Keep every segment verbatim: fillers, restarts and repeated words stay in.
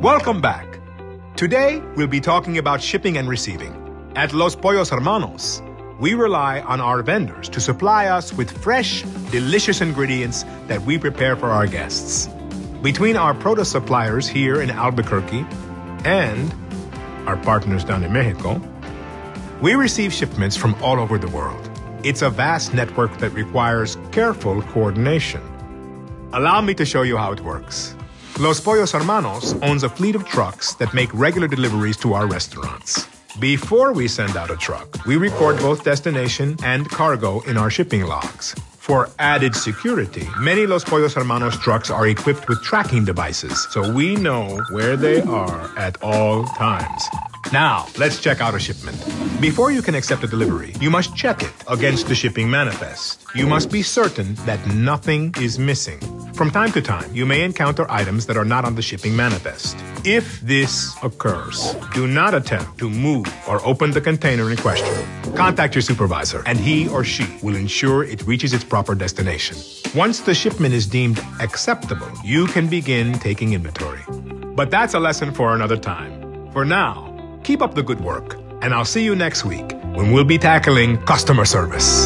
Welcome back. Today, we'll be talking about shipping and receiving. At Los Pollos Hermanos, we rely on our vendors to supply us with fresh, delicious ingredients that we prepare for our guests. Between our produce suppliers here in Albuquerque and our partners down in Mexico, we receive shipments from all over the world. It's a vast network that requires careful coordination. Allow me to show you how it works. Los Pollos Hermanos owns a fleet of trucks that make regular deliveries to our restaurants. Before we send out a truck, we record both destination and cargo in our shipping logs. For added security, many Los Pollos Hermanos trucks are equipped with tracking devices, so we know where they are at all times. Now, let's check out a shipment. Before you can accept a delivery, you must check it against the shipping manifest. You must be certain that nothing is missing. From time to time, you may encounter items that are not on the shipping manifest. If this occurs, do not attempt to move or open the container in question. Contact your supervisor, and he or she will ensure it reaches its proper destination. Once the shipment is deemed acceptable, you can begin taking inventory. But that's a lesson for another time. For now, keep up the good work, and I'll see you next week when we'll be tackling customer service.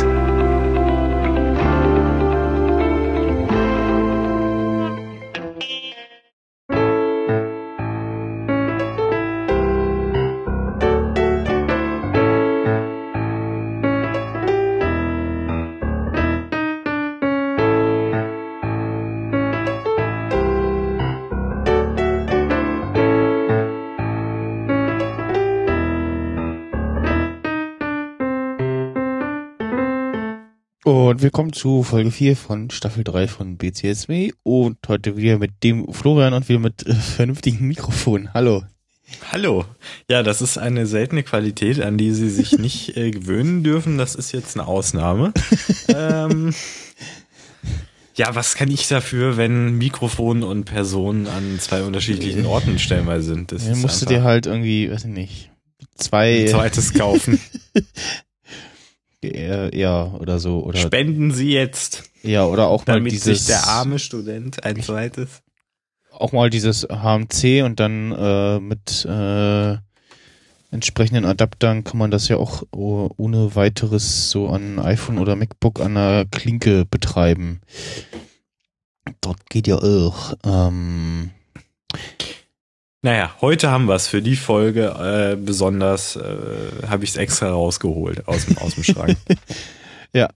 Und willkommen zu Folge vier von Staffel drei von B C S W und heute wieder mit dem Florian und wieder mit äh, vernünftigen Mikrofonen. Hallo. Hallo. Ja, das ist eine seltene Qualität, an die Sie sich nicht äh, gewöhnen dürfen. Das ist jetzt eine Ausnahme. ähm, ja, was kann ich dafür, wenn Mikrofon und Personen an zwei unterschiedlichen Orten stellenweise sind? Das Dann musst du dir halt irgendwie, weiß ich nicht, zwei... Ein zweites kaufen. Ja, oder so. Oder Spenden Sie jetzt. Ja, oder auch mal damit dieses... sich der arme Student ein zweites... Auch mal dieses H M C und dann äh, mit äh, entsprechenden Adaptern kann man das ja auch ohne weiteres so an iPhone oder MacBook an der Klinke betreiben. Dort geht ja auch. Ähm, Naja, heute haben wir es für die Folge äh, besonders, äh, habe ich es extra rausgeholt aus dem, aus dem Schrank. ja.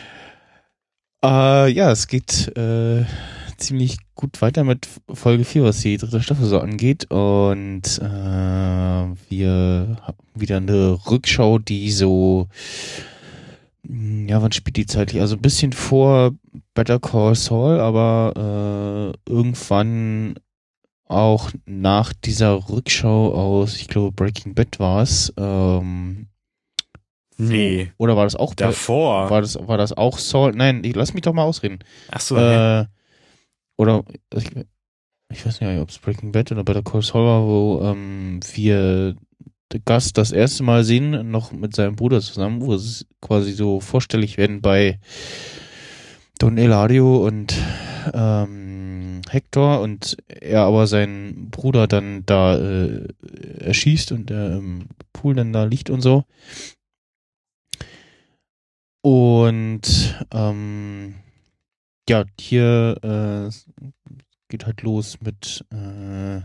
Äh, ja, es geht äh, ziemlich gut weiter mit Folge vier, was die dritte Staffel so angeht. Und äh, wir haben wieder eine Rückschau, die so, ja, wann spielt die zeitlich? Also ein bisschen vor Better Call Saul, aber äh, irgendwann auch nach dieser Rückschau aus, ich glaube, Breaking Bad war es. Ähm, nee. Oder war das auch davor? War das, war das auch Saul? Nein, ich, lass mich doch mal ausreden. Ach so. Äh, oder ich, ich weiß nicht, ob es Breaking Bad oder Better Call Saul war, wo ähm, wir den Gast das erste Mal sehen, noch mit seinem Bruder zusammen, wo es quasi so vorstellig werden bei Don Eladio und ähm, Hector und er aber seinen Bruder dann da äh, erschießt und der im Pool dann da liegt und so. Und ähm, ja, hier äh, geht halt los mit äh,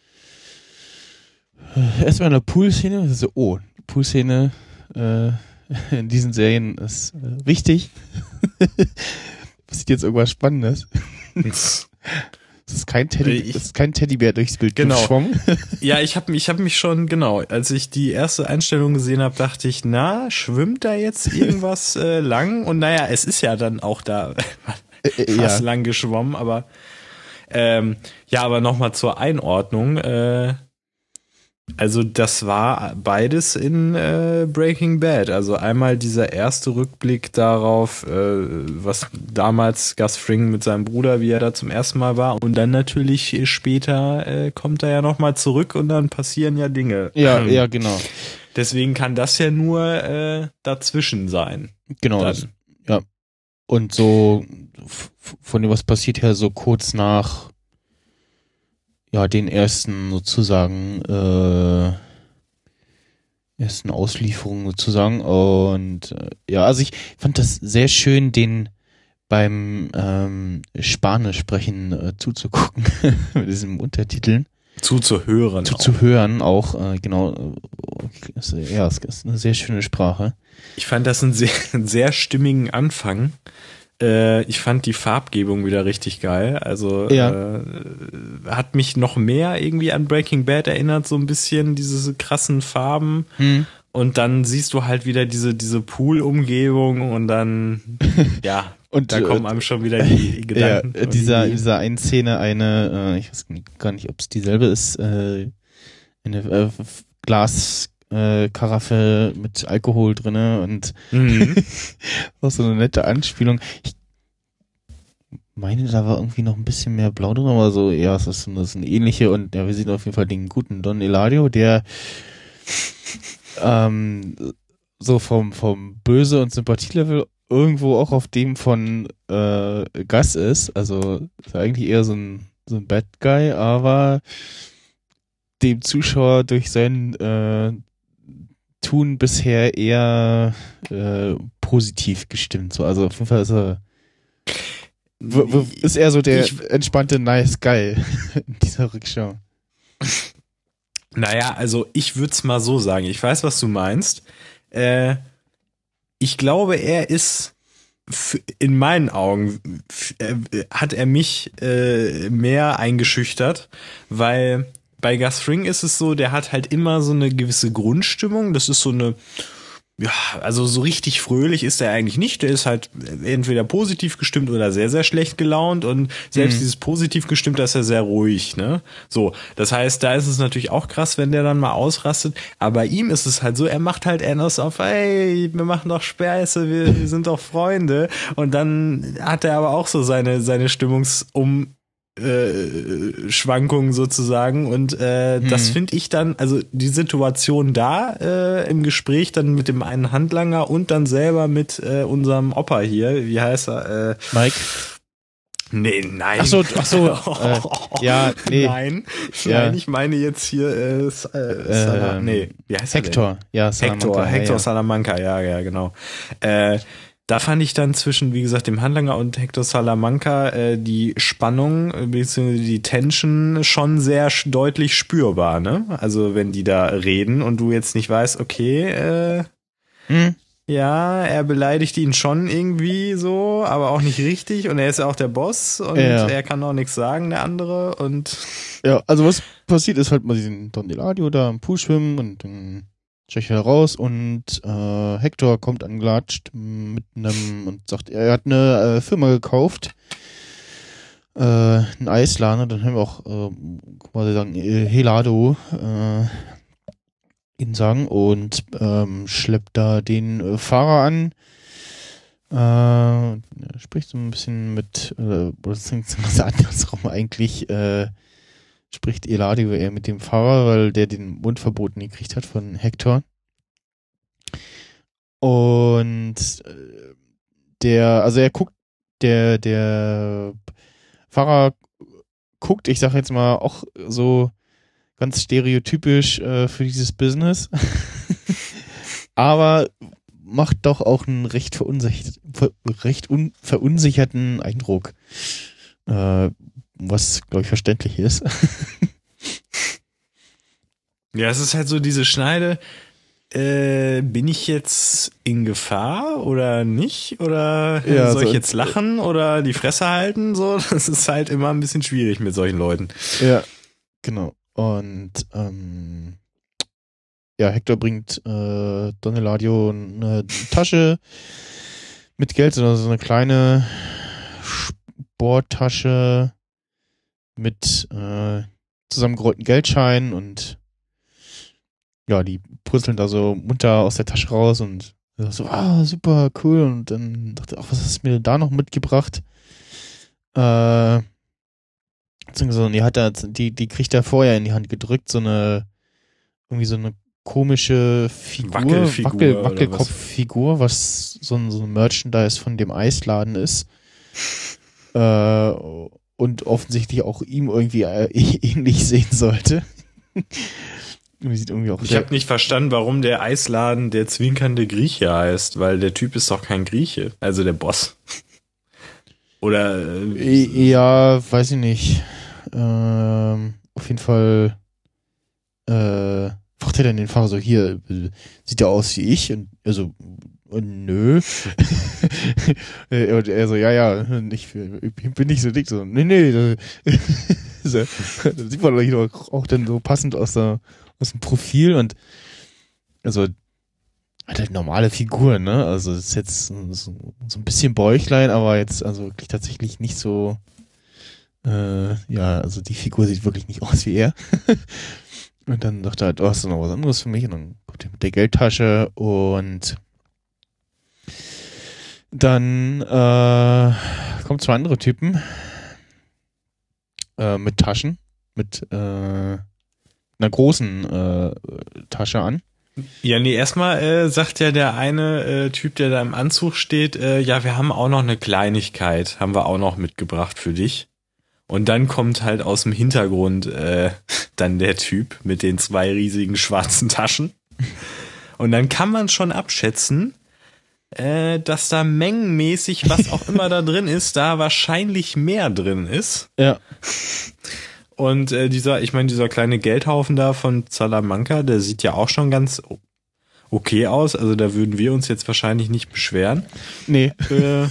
erstmal eine Pool-Szene. Also, oh, Pool-Szene äh, in diesen Serien ist äh, wichtig. Passiert jetzt irgendwas Spannendes? Das ist kein Teddy, ich, das ist kein Teddybär durchs Bild genau. geschwommen. Ja, ich habe ich hab mich schon, genau, als ich die erste Einstellung gesehen habe, dachte ich, na, schwimmt da jetzt irgendwas äh, lang? Und naja, es ist ja dann auch da äh, fast ja. lang geschwommen, aber ähm, ja, aber nochmal zur Einordnung. Äh, also das war beides in äh, Breaking Bad. Also einmal dieser erste Rückblick darauf, äh, was damals Gus Fring mit seinem Bruder, wie er da zum ersten Mal war. Und dann natürlich später äh, kommt er ja nochmal zurück und dann passieren ja Dinge. Ja, ja, genau. Deswegen kann das ja nur äh, dazwischen sein. Genau. Das, ja. Und so f- von dem, was passiert her, so kurz nach ja, den ersten sozusagen, äh, ersten Auslieferungen sozusagen. Und äh, ja, also ich fand das sehr schön, den beim ähm, Spanisch sprechen äh, zuzugucken, mit diesen Untertiteln. Zuzuhören. Zuzuhören auch, äh, genau. Äh, ja, es ist eine sehr schöne Sprache. Ich fand das einen sehr, einen sehr stimmigen Anfang. Äh, ich fand die Farbgebung wieder richtig geil. Also ja. äh, hat mich noch mehr irgendwie an Breaking Bad erinnert, so ein bisschen diese krassen Farben. Hm. Und dann siehst du halt wieder diese, diese Pool-Umgebung und dann, ja, und da kommen einem schon wieder die Gedanken. Ja, dieser, in dieser einen Szene eine, äh, ich weiß gar nicht, ob es dieselbe ist, äh, eine äh, Glaskaraffe äh, mit Alkohol drinne und mhm. auch so eine nette Anspielung. Ich meine, da war irgendwie noch ein bisschen mehr Blau drin, aber so, ja, es ist, das ist eine ähnliche und ja, wir sehen auf jeden Fall den guten Don Eladio, der ähm, so vom, vom Böse- und Sympathielevel irgendwo auch auf dem von äh, Gus ist. Also ist eigentlich eher so ein, so ein Bad Guy, aber dem Zuschauer durch sein äh, Tun bisher eher äh, positiv gestimmt. So, also auf jeden Fall ist er w- w- ist er so der ich, entspannte Nice Guy in dieser Rückschau. Naja, also ich würde es mal so sagen. Ich weiß, was du meinst. Äh, ich glaube, er ist in meinen Augen hat er mich äh, mehr eingeschüchtert, weil bei Gus Fring ist es so, der hat halt immer so eine gewisse Grundstimmung. Das ist so eine, ja, also so richtig fröhlich ist er eigentlich nicht. Der ist halt entweder positiv gestimmt oder sehr, sehr schlecht gelaunt und selbst mhm. dieses positiv gestimmt, da ist er sehr ruhig, ne? So, das heißt, da ist es natürlich auch krass, wenn der dann mal ausrastet. Aber bei ihm ist es halt so, er macht halt Enos auf, ey, wir machen doch Späße, wir, wir sind doch Freunde. Und dann hat er aber auch so seine, seine Stimmungsum Äh, Schwankungen sozusagen und äh, hm. das finde ich dann, also die Situation da äh, im Gespräch dann mit dem einen Handlanger und dann selber mit äh, unserem Opa hier, wie heißt er? Äh, Mike? Nee, nein. Ach so, ach so, äh, ja, nee. Nein, ja. nein, ich meine jetzt hier äh, äh, Sala- ähm, nee, wie heißt Hector, er denn? ja, Salamanca. Hector, Hector ja. Salamanca, ja, ja, genau. Äh, Da fand ich dann zwischen, wie gesagt, dem Handlanger und Hector Salamanca äh, die Spannung äh, bzw. die Tension schon sehr sch- deutlich spürbar, ne? Also wenn die da reden und du jetzt nicht weißt, okay, äh, hm. ja, er beleidigt ihn schon irgendwie so, aber auch nicht richtig und er ist ja auch der Boss und ja. er kann auch nichts sagen, der andere und ja, also was passiert ist halt mal diesen Don Eladio da im Pool schwimmen und dann check er raus und äh, Hector kommt angelatscht mit einem und sagt, er hat eine äh, Firma gekauft, äh, einen Eisladen, und dann haben wir auch äh, quasi sagen, Helado äh, ihn sagen und ähm, schleppt da den äh, Fahrer an, äh, spricht so ein bisschen mit, äh, oder beziehungsweise andersrum eigentlich, äh, spricht Eladio eher mit dem Fahrer, weil der den Mund verboten gekriegt hat von Hector. Und der, also er guckt, der, der Fahrer guckt, ich sag jetzt mal, auch so ganz stereotypisch äh, für dieses Business. Aber macht doch auch einen recht, verunsichert, recht un, verunsicherten Eindruck. Äh, was, glaube ich, verständlich ist. ja, es ist halt so diese Schneide, äh, bin ich jetzt in Gefahr oder nicht? Oder ja, soll so ich jetzt lachen oder die Fresse halten? So, das ist halt immer ein bisschen schwierig mit solchen Leuten. Ja, genau. Und ähm, ja, Hector bringt äh, Don Eladio eine Tasche mit Geld, also so eine kleine Sporttasche mit äh, zusammengerollten Geldscheinen und ja, die purzeln da so munter aus der Tasche raus und so, ah, super, cool. Und dann dachte ich, ach, was hast du mir da noch mitgebracht? Äh, beziehungsweise, die hat er, die, die kriegt er vorher in die Hand gedrückt, so eine, irgendwie so eine komische Figur, Wackelfigur Wackel, Wackelkopffigur, was so ein, so ein Merchandise von dem Eisladen ist. Äh, und offensichtlich auch ihm irgendwie äh, ähnlich sehen sollte. Sieht irgendwie auch ich habe nicht verstanden, warum der Eisladen der zwinkernde Grieche heißt, weil der Typ ist doch kein Grieche, also der Boss. Oder äh, ja, weiß ich nicht. Ähm, auf jeden Fall äh, fragt er dann den Fahrer so, hier, äh, sieht er aus wie ich? Und also, äh, nö. Und er so, ja, ja, ich, ich bin nicht so dick. So, nee, nee. Das, das sieht man doch auch dann so passend aus, der, aus dem Profil und also hat halt normale Figuren, ne? Also ist jetzt so, so ein bisschen Bäuchlein, aber jetzt also wirklich tatsächlich nicht so äh, ja, also die Figur sieht wirklich nicht aus wie er. Und dann sagt er halt, oh, hast du noch was anderes für mich? Und dann kommt er mit der Geldtasche und dann äh, kommen zwei andere Typen äh, mit Taschen, mit äh, einer großen äh, Tasche an. Ja, nee, erstmal äh, sagt ja der eine äh, Typ, der da im Anzug steht, äh, ja, wir haben auch noch eine Kleinigkeit, haben wir auch noch mitgebracht für dich. Und dann kommt halt aus dem Hintergrund äh, dann der Typ mit den zwei riesigen schwarzen Taschen. Und dann kann man schon abschätzen, äh, dass da mengenmäßig, was auch immer da drin ist, da wahrscheinlich mehr drin ist. Ja. Und äh, dieser, ich meine, dieser kleine Geldhaufen da von Salamanca, der sieht ja auch schon ganz okay aus. Also da würden wir uns jetzt wahrscheinlich nicht beschweren. Nee. Äh,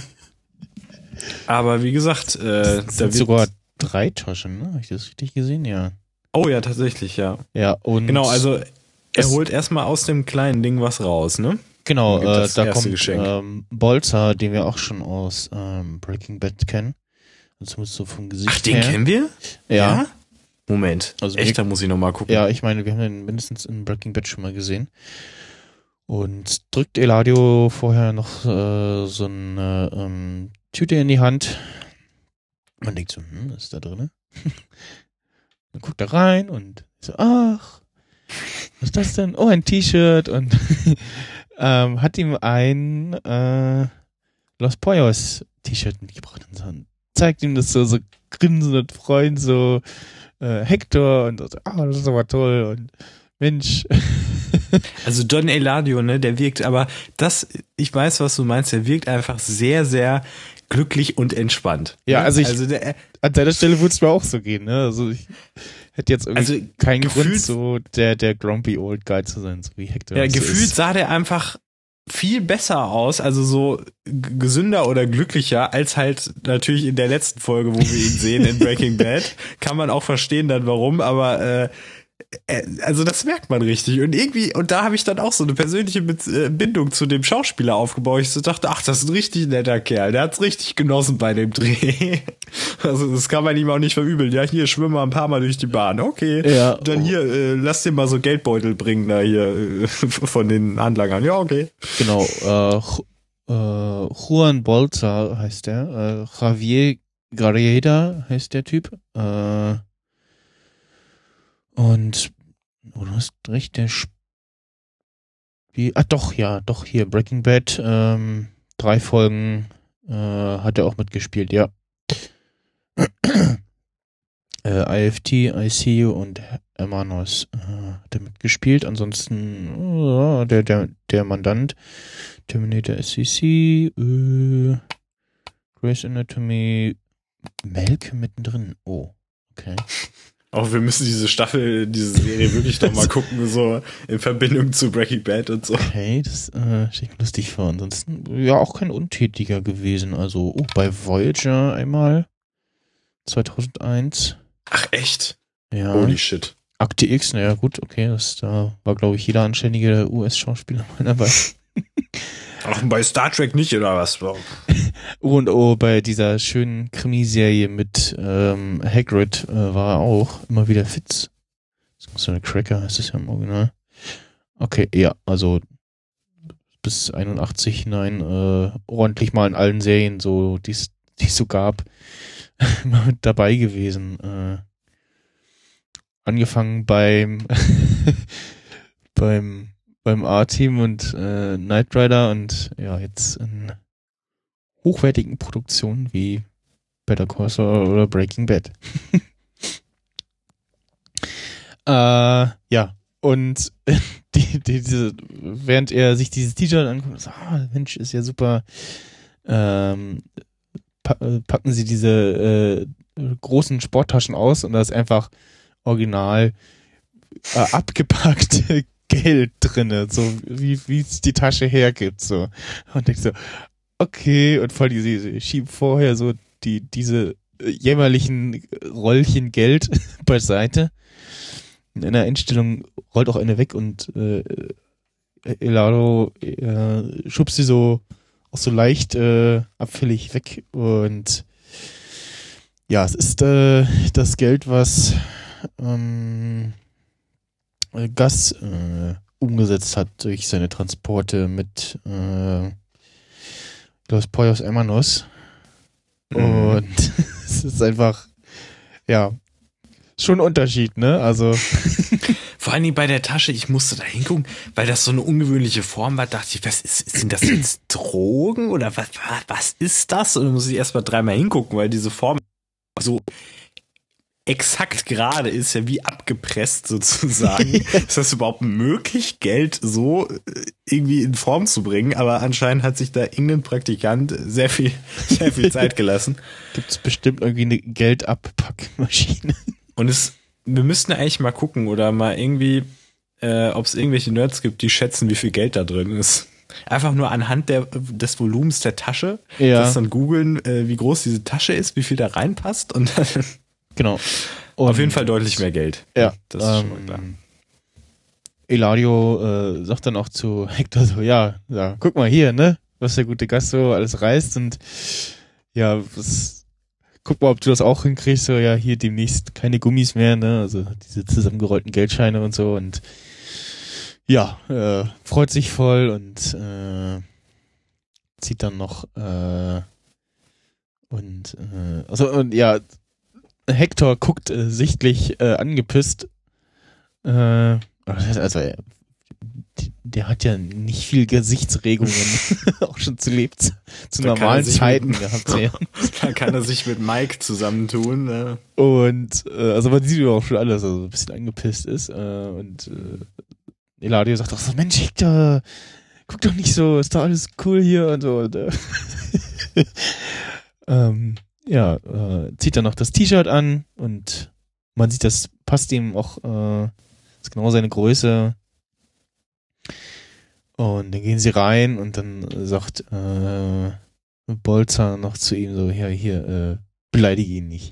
aber wie gesagt, äh, das da sind wird sogar drei Taschen, ne? Habe ich das richtig gesehen? Ja. Oh ja, tatsächlich, ja. Ja, und genau, also er das, holt erstmal aus dem kleinen Ding was raus, ne? Genau, äh, da kommt Geschenk. ähm, Bolzer, den wir auch schon aus ähm, Breaking Bad kennen. Zumindest so vom Gesicht Ach, den her. kennen wir? Ja. ja? Moment, also echt, wir, da muss ich nochmal gucken. Ja, ich meine, wir haben den mindestens in Breaking Bad schon mal gesehen. Und drückt Eladio vorher noch äh, so eine ähm, Tüte in die Hand. Man denkt so, hm, was ist da drin? Dann guckt er rein und so, ach, was ist das denn? Oh, ein T-Shirt und ähm, hat ihm ein äh, Los Pollos T-Shirt mitgebracht und so, zeigt ihm das so, so grinsend und freund so äh, Hector und so, ah, das ist aber toll und Mensch. Also Don Eladio, ne, der wirkt, aber das, ich weiß, was du meinst, der wirkt einfach sehr, sehr glücklich und entspannt. Ja, also ich, also der, an deiner Stelle würde es mir auch so gehen, ne, also ich hätte jetzt irgendwie also keinen gefühlt, Grund, so der, der grumpy old guy zu sein, so wie Hector. Ja, so gefühlt ist. sah der einfach viel besser aus, also so g- gesünder oder glücklicher als halt natürlich in der letzten Folge, wo wir ihn sehen in Breaking Bad. Kann man auch verstehen dann warum, aber äh, also das merkt man richtig und irgendwie, und da habe ich dann auch so eine persönliche Bindung zu dem Schauspieler aufgebaut. Ich so dachte, ach, das ist ein richtig netter Kerl, der hat's richtig genossen bei dem Dreh. Also das kann man ihm auch nicht verübeln. Ja, hier schwimmen wir ein paar Mal durch die Bahn, okay. Ja. Dann hier, äh, lass dir mal so Geldbeutel bringen da hier äh, von den Handlangern. Ja, okay. Genau, äh, äh, Juan Bolza heißt der, äh, Javier Garrieda heißt der Typ, äh, und oh, du hast recht, der Spiel. Ah doch, ja, doch, hier, Breaking Bad, ähm, drei Folgen äh, hat er auch mitgespielt, ja. äh, I F T, I C U und Hermanos äh, hat er mitgespielt. Ansonsten oh, der, der, der Mandant, Terminator S C C, äh, Grey's Anatomy, Melke mittendrin. Oh, okay. Auch wir müssen diese Staffel, diese Serie wirklich noch mal gucken, so in Verbindung zu Breaking Bad und so. Okay, das äh, stelle ich mir lustig vor. Ansonsten, ja, auch kein Untätiger gewesen. Also, oh, bei Voyager einmal zweitausendeins. Ach, echt? Ja. Holy shit. Akte X, naja, gut, okay, das, da war, glaube ich, jeder anständige U S-Schauspieler dabei. Ach, bei Star Trek nicht, oder was? Oh und oh, bei dieser schönen Krimiserie mit ähm, Hagrid äh, war er auch immer wieder Fitz. So eine Cracker heißt es ja im Original. Okay, ja, also bis einundachtzig hinein äh, ordentlich mal in allen Serien, so die es so gab, immer mit dabei gewesen. Äh, angefangen beim beim beim A-Team und äh, Knight Rider und ja, jetzt in hochwertigen Produktionen wie Better Call Saul oder Breaking Bad. äh, ja, und die, die, diese, während er sich dieses T-Shirt anguckt, so, ah, Mensch, ist ja super, ähm, pa- packen sie diese äh, großen Sporttaschen aus und da ist einfach original äh, abgepackte Geld drinne, so wie wie es die Tasche hergibt, so. Und denkst so, okay, und voll diese, diese schieben vorher so die diese jämmerlichen Rollchen Geld beiseite. In einer Einstellung rollt auch eine weg und äh, Elaro äh, schubst sie so auch so leicht äh, abfällig weg und ja, es ist äh, das Geld, was ähm, Gus äh, umgesetzt hat durch seine Transporte mit äh, Los Pollos Hermanos. Mhm. Und es ist einfach, ja, schon ein Unterschied, ne? Also. Vor allen Dingen bei der Tasche, ich musste da hingucken, weil das so eine ungewöhnliche Form war, dachte ich, was ist, sind das jetzt Drogen oder was, was ist das? Und dann muss ich erst mal dreimal hingucken, weil diese Form so exakt gerade ist, ja wie abgepresst sozusagen. Ist das überhaupt möglich, Geld so irgendwie in Form zu bringen? Aber anscheinend hat sich da irgendein Praktikant sehr viel, sehr viel Zeit gelassen. Gibt es bestimmt irgendwie eine Geldabpackmaschine. Und es, wir müssten eigentlich mal gucken oder mal irgendwie, äh, ob es irgendwelche Nerds gibt, die schätzen, wie viel Geld da drin ist. Einfach nur anhand der, des Volumens der Tasche, ja. Das dann googeln, äh, wie groß diese Tasche ist, wie viel da reinpasst und dann genau. Und auf jeden Fall deutlich mehr Geld. Ja, das ist ähm, schon mal klar. Eladio äh, sagt dann auch zu Hector so, ja, ja, guck mal hier, ne, was der gute Gast so alles reißt und ja, was, guck mal, ob du das auch hinkriegst, so, ja, hier demnächst keine Gummis mehr, ne, also diese zusammengerollten Geldscheine und so und ja, äh, freut sich voll und äh, zieht dann noch äh, und äh, also und ja, Hector guckt äh, sichtlich äh, angepisst. Äh, also äh, der hat ja nicht viel Gesichtsregungen, auch schon zu Lebens zu da normalen Zeiten mit, gehabt. Ja. Da kann er sich mit Mike zusammentun. Ne? Und äh, also man sieht ja auch schon alles, also ein bisschen angepisst ist. Äh, und äh, Eladio sagt auch so, Mensch, Hector, guck doch nicht so, ist doch alles cool hier und so. Und, äh, ähm, ja, äh, zieht dann noch das T-Shirt an und man sieht, das passt ihm auch, äh, ist genau seine Größe. Und dann gehen sie rein und dann sagt äh, Bolzer noch zu ihm so, ja, hier, äh, beleidige ihn nicht.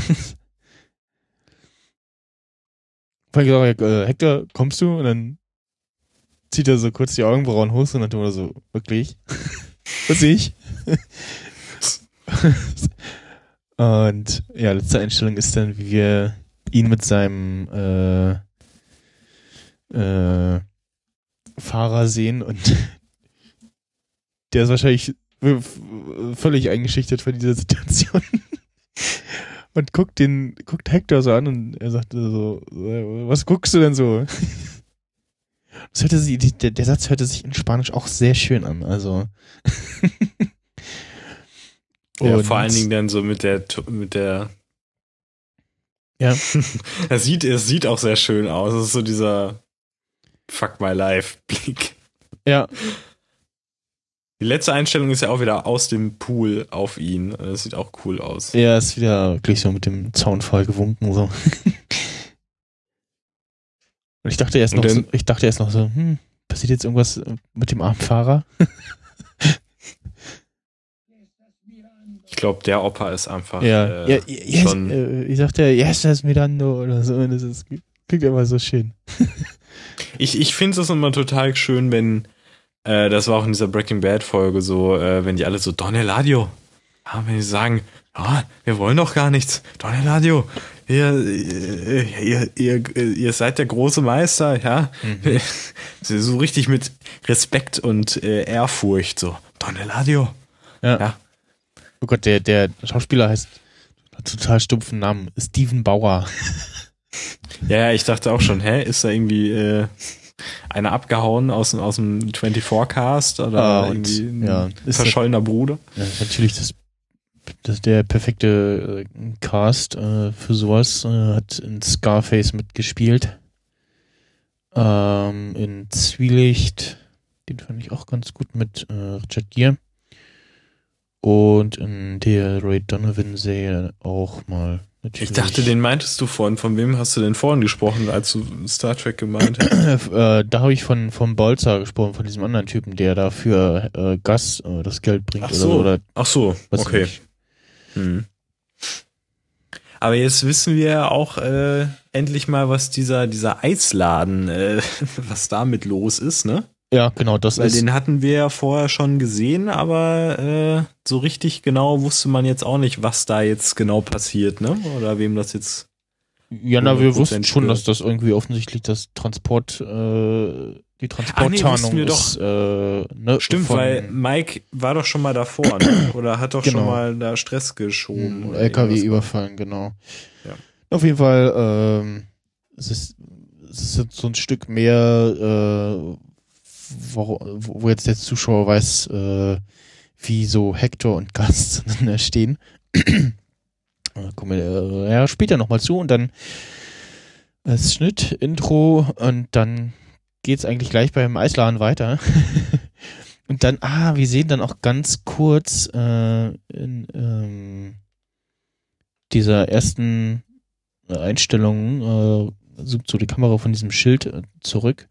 Vor allem gesagt, äh, Hector, kommst du? Und dann zieht er so kurz die Augenbrauen hoch und dann tut er so, wirklich? Was ich? Und ja, letzte Einstellung ist dann, wie wir ihn mit seinem äh, äh, Fahrer sehen und der ist wahrscheinlich völlig eingeschüchtert von dieser Situation und guckt den, guckt Hector so an und er sagt so, was guckst du denn so? Das hörte sich, der, der Satz hörte sich in Spanisch auch sehr schön an, also ja, und vor allen Dingen dann so mit der, mit der, ja. Es sieht, es sieht auch sehr schön aus. Es ist so dieser Fuck my life Blick. Ja. Die letzte Einstellung ist ja auch wieder aus dem Pool auf ihn. Das sieht auch cool aus. Ja, ist wieder wirklich so mit dem Zaunfall gewunken, so. Und ich dachte erst noch, so, ich dachte erst noch so, hm, passiert jetzt irgendwas mit dem armen Fahrer? Ich glaube, der Opa ist einfach ja, äh, ja, yes, schon... Äh, ich sagte, yes, das Mirando oder so. Das ist, klingt immer so schön. ich ich finde es immer total schön, wenn, äh, das war auch in dieser Breaking Bad Folge so, äh, wenn die alle so, Don Eladio, ja, wenn die sagen, ja, wir wollen doch gar nichts, Don Eladio, ihr, ihr, ihr, ihr, ihr seid der große Meister, ja. Mhm. So richtig mit Respekt und äh, Ehrfurcht, so, Don Eladio, ja. ja. Oh Gott, der, der Schauspieler heißt, hat total stumpfen Namen, Steven Bauer. Ja, ja, ich dachte auch schon, hä, ist da irgendwie äh, einer abgehauen aus, aus dem vierundzwanzig Cast oder ah, irgendwie und, ein ja, verschollener das, Bruder? Ja, natürlich das das der perfekte äh, Cast äh, für sowas. Äh, hat in Scarface mitgespielt. Ähm, in Zwielicht, den fand ich auch ganz gut mit äh, Richard Gere. Und in der Ray Donovan-Serie auch mal. Natürlich. Ich dachte, den meintest du vorhin. Von wem hast du denn vorhin gesprochen, als du Star Trek gemeint hast? äh, da habe ich von vom Bolzer gesprochen, von diesem anderen Typen, der da für äh, Gas äh, das Geld bringt. Ach so, oder, oder Ach so. okay. Hm. Aber jetzt wissen wir ja auch äh, endlich mal, was dieser dieser Eisladen, äh, was damit los ist, ne? Ja, genau, das Weil ist. den hatten wir ja vorher schon gesehen, aber äh, so richtig genau wusste man jetzt auch nicht, was da jetzt genau passiert, ne? Oder wem das jetzt. Ja, na, wir wussten schon, dass das irgendwie offensichtlich das Transport, äh, die Transporttarnung nee, ist. Äh, ne, Stimmt, von, weil Mike war doch schon mal davor, ne? Oder hat doch genau. schon mal da Stress geschoben. Oder L K W überfallen, genau. Ja. Auf jeden Fall, ähm, es ist, es ist so ein Stück mehr, äh, wo, wo jetzt der Zuschauer weiß, äh, wie so Hector und Gus zueinander stehen. Da kommen wir äh, ja, später nochmal zu und dann das Schnitt, Intro und dann geht's eigentlich gleich beim Eisladen weiter. Und dann, ah, wir sehen dann auch ganz kurz äh, in ähm, dieser ersten Einstellung äh, zoomt so die Kamera von diesem Schild äh, zurück.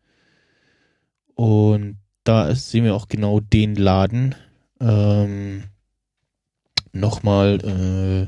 Und da ist, sehen wir auch genau den Laden. Ähm, nochmal äh,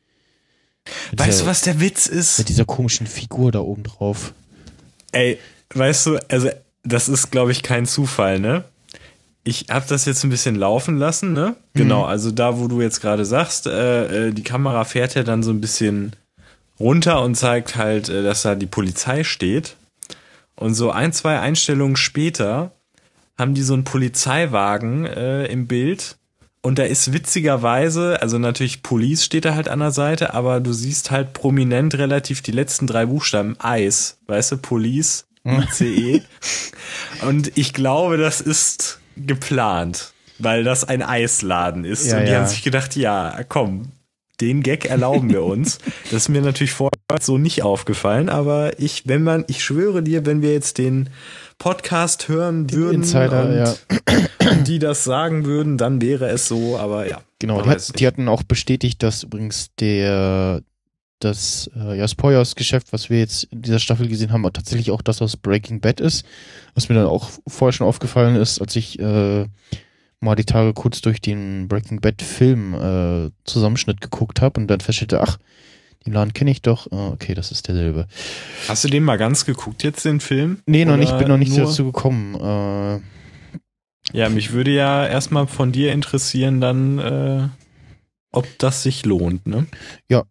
Weißt dieser, du, was der Witz ist? mit dieser komischen Figur da oben drauf. Ey, weißt du, also das ist, glaube ich, kein Zufall, ne? Ich habe das jetzt ein bisschen laufen lassen, ne? Mhm. Genau, also da, wo du jetzt gerade sagst, äh, die Kamera fährt ja dann so ein bisschen runter und zeigt halt, äh, dass da die Polizei steht. Und so ein, zwei Einstellungen später haben die so einen Polizeiwagen äh, im Bild. Und da ist witzigerweise, also natürlich Police steht da halt an der Seite, aber du siehst halt prominent relativ die letzten drei Buchstaben Eis, weißt du, Police, I C E. Und ich glaube, das ist geplant, weil das ein Eisladen ist. Ja, und die ja. haben sich gedacht, ja, komm, den Gag erlauben wir uns. Das ist mir natürlich vorher so nicht aufgefallen, aber ich, wenn man, ich schwöre dir, wenn wir jetzt den Podcast hören Den würden Insider, und ja. die das sagen würden, dann wäre es so, aber ja. Genau, die, hat, die hatten auch bestätigt, dass übrigens der das äh, Jaspoyos Geschäft, was wir jetzt in dieser Staffel gesehen haben, tatsächlich auch das aus Breaking Bad ist, was mir dann auch vorher schon aufgefallen ist, als ich äh, mal die Tage kurz durch den Breaking Bad Film äh, Zusammenschnitt geguckt habe und dann feststellte, ach, den Laden kenne ich doch, oh, okay, das ist derselbe. Hast du den mal ganz geguckt jetzt, den Film? Nee, noch Oder nicht, bin noch nicht nur? dazu gekommen. Äh, Ja, mich würde ja erstmal von dir interessieren dann, äh, ob das sich lohnt, ne? Ja.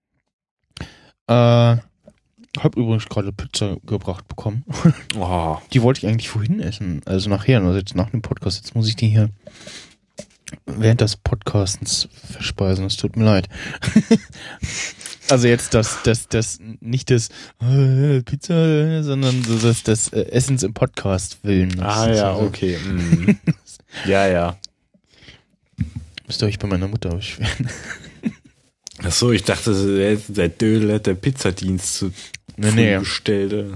Äh, hab übrigens gerade Pizza gebracht bekommen. Oh. Die wollte ich eigentlich vorhin essen, also nachher, also jetzt nach dem Podcast. Jetzt muss ich die hier während des Podcastens verspeisen. Es tut mir leid. Also jetzt das, das, das, nicht das äh, Pizza, sondern so das, das äh, Essens im Podcast willen. Das Ah ja, so, okay. Mm. Ja, ja. müsst ihr euch bei meiner Mutter beschweren. Ach so, ich dachte, der Dödel hat der Pizzadienst zu Nee, nee. bestellt.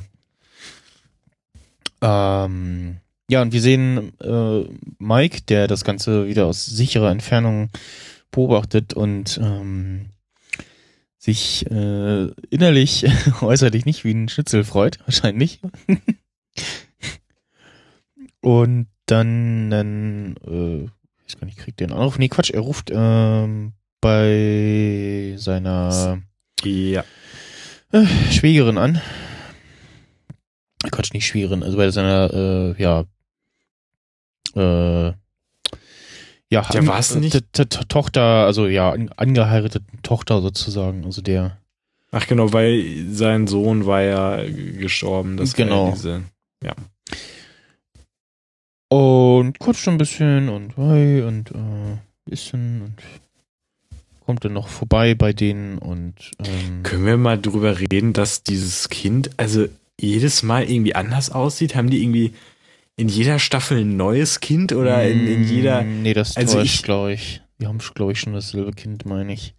Ähm, ja, und wir sehen äh, Mike, der das Ganze wieder aus sicherer Entfernung beobachtet und ähm, sich äh, innerlich äußerlich nicht wie ein Schnitzel freut, wahrscheinlich. Und dann, dann äh, ich weiß gar nicht, kriegt der einen Anruf? Nee, Quatsch, er ruft ähm, bei seiner Ja. äh, Schwägerin an. Quatsch, nicht Schwägerin, also bei seiner, äh, ja, äh, ja, Ja, war's nicht? t- t- t- Tochter, also ja, an- angeheirateten Tochter sozusagen, also der. Ach genau, weil sein Sohn war ja gestorben. Das Genau. war ja diese, ja. Und quatscht ein bisschen und hey und äh, bisschen und kommt dann noch vorbei bei denen und ähm, Können wir mal drüber reden, dass dieses Kind also jedes Mal irgendwie anders aussieht? Haben die irgendwie in jeder Staffel ein neues Kind oder in, in jeder... Nee, das also täuscht, ich- glaube ich. Wir haben, glaube ich, schon dasselbe Kind, meine ich.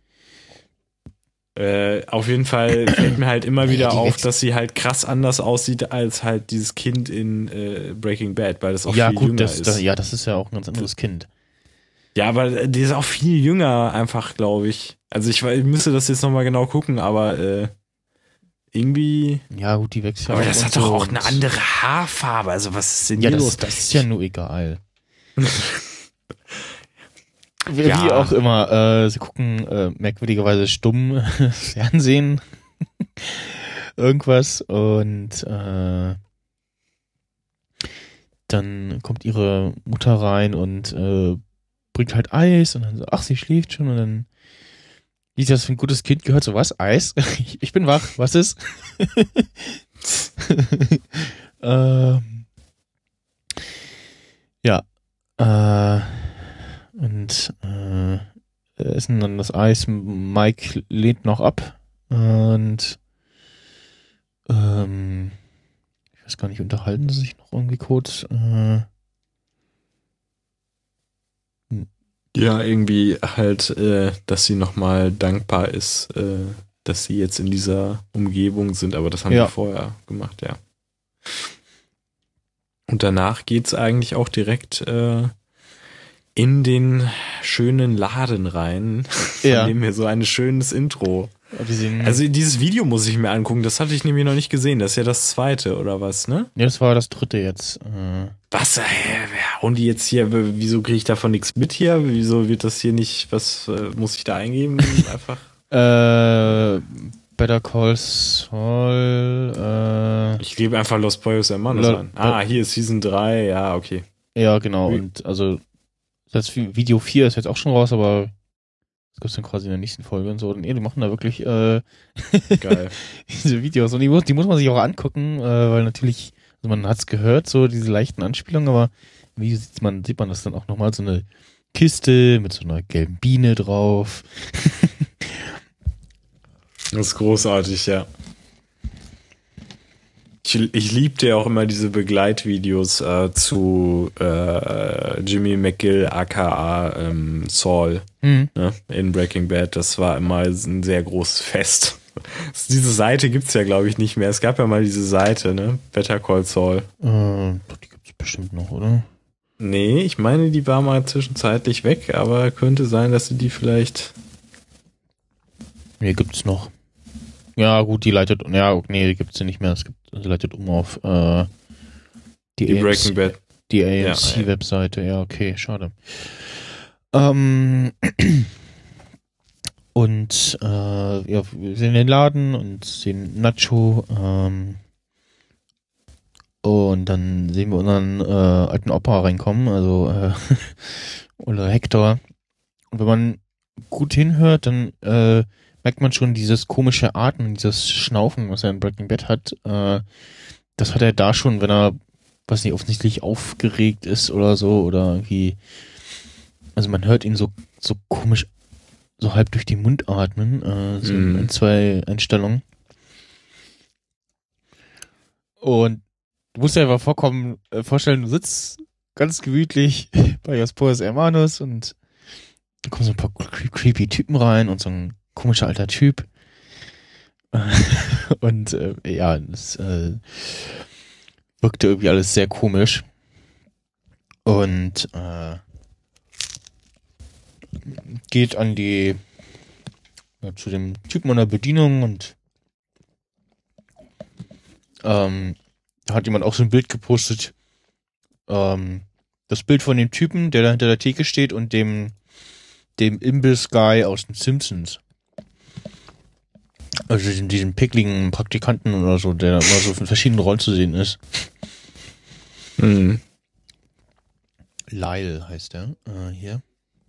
Äh, auf jeden Fall fällt mir halt immer Nee, wieder die auf, wächst- dass sie halt krass anders aussieht als halt dieses Kind in äh, Breaking Bad, weil das auch Ja, viel gut, jünger das, ist. das, ja, das ist ja auch ein ganz anderes Kind. Ja, aber die ist auch viel jünger einfach, glaube ich. Also ich, ich müsste das jetzt nochmal genau gucken, aber äh, irgendwie... Ja, gut, die wächst ja Aber auch das und hat doch so auch und- eine andere Haarfarbe. Also was ist denn Ja, hier das, los? das ist ja nur egal. Wie, Ja. wie auch immer, äh, sie gucken äh, merkwürdigerweise stumm Fernsehen, irgendwas und äh, dann kommt ihre Mutter rein und äh, bringt halt Eis und dann so, ach, sie schläft schon und dann, wie das für ein gutes Kind gehört, so was, Eis? ich, ich bin wach, was ist? ähm, ja, äh, und äh, essen dann das Eis. Mike lehnt noch ab und ähm, ich weiß gar nicht, unterhalten sie sich noch irgendwie kurz? Äh, Ja, irgendwie halt, äh, dass sie nochmal dankbar ist, äh, dass sie jetzt in dieser Umgebung sind, aber das haben Ja. wir vorher gemacht, ja. Und danach geht's eigentlich auch direkt äh, in den schönen Laden rein, von Ja. dem wir so ein schönes Intro. wir sehen, Also dieses Video muss ich mir angucken, das hatte ich nämlich noch nicht gesehen, das ist ja das zweite oder was, ne? ja, das war das dritte jetzt. Äh, Was, äh, hauen die jetzt hier, wieso kriege ich davon nichts mit hier? Wieso wird das hier nicht, was äh, muss ich da eingeben? Einfach. äh, Better Call Saul, äh, Ich gebe einfach Los Pollos Hermanos Lo- an. Ah, hier ist Season drei, ja, okay. ja, genau, Wie- und also das Video vier ist jetzt auch schon raus, aber das gibt's dann quasi in der nächsten Folge und so. Und nee, die machen da wirklich äh, Geil. diese Videos und die muss, die muss man sich auch angucken, äh, weil natürlich, also man hat's gehört, so diese leichten Anspielungen, aber wie sieht man, sieht man das dann auch nochmal, so eine Kiste mit so einer gelben Biene drauf. Das ist großartig, ja. Ich, ich liebte ja auch immer diese Begleitvideos äh, zu äh, Jimmy McGill aka ähm, Saul, Hm. ne, in Breaking Bad. Das war immer ein sehr großes Fest. Diese Seite gibt's ja, glaube ich, nicht mehr. Es gab ja mal diese Seite, ne? Better Call Saul. Äh, doch, die gibt's bestimmt noch, oder? Nee, ich meine, die war mal zwischenzeitlich weg, aber könnte sein, dass sie die vielleicht... Nee, gibt's noch. Ja, gut, die leitet, ja, nee, die gibt's ja nicht mehr. Es gibt, sie leitet um auf äh, die, Die A M C, Breaking Bad. die Ja, A M C-Webseite. Ja, okay, schade. Ähm, und äh, ja, wir sehen den Laden und sehen Nacho. Ähm, und dann sehen wir unseren äh, alten Opa reinkommen, also äh, oder Hector. Und wenn man gut hinhört, dann äh, merkt man schon dieses komische Atmen, dieses Schnaufen, was er in Breaking Bad hat. Äh, das hat er da schon, wenn er, weiß nicht, offensichtlich aufgeregt ist oder so oder irgendwie. Also man hört ihn so so komisch, so halb durch den Mund atmen, äh, so Mhm. in zwei Einstellungen. Und du musst dir einfach vorkommen, äh, vorstellen, du sitzt ganz gemütlich bei Los Pollos Hermanos und da kommen so ein paar cre- creepy Typen rein und so ein komischer alter Typ. Und äh, ja, es äh, wirkte irgendwie alles sehr komisch. Und äh, geht an die ja, zu dem Typen an der Bedienung und ähm, da hat jemand auch so ein Bild gepostet. Ähm, das Bild von dem Typen, der da hinter der Theke steht und dem dem Imbiss-Guy aus den Simpsons. Also diesen, diesen pickligen Praktikanten oder so, der immer so in verschiedenen Rollen zu sehen ist. Mhm. Lyle heißt er äh, hier.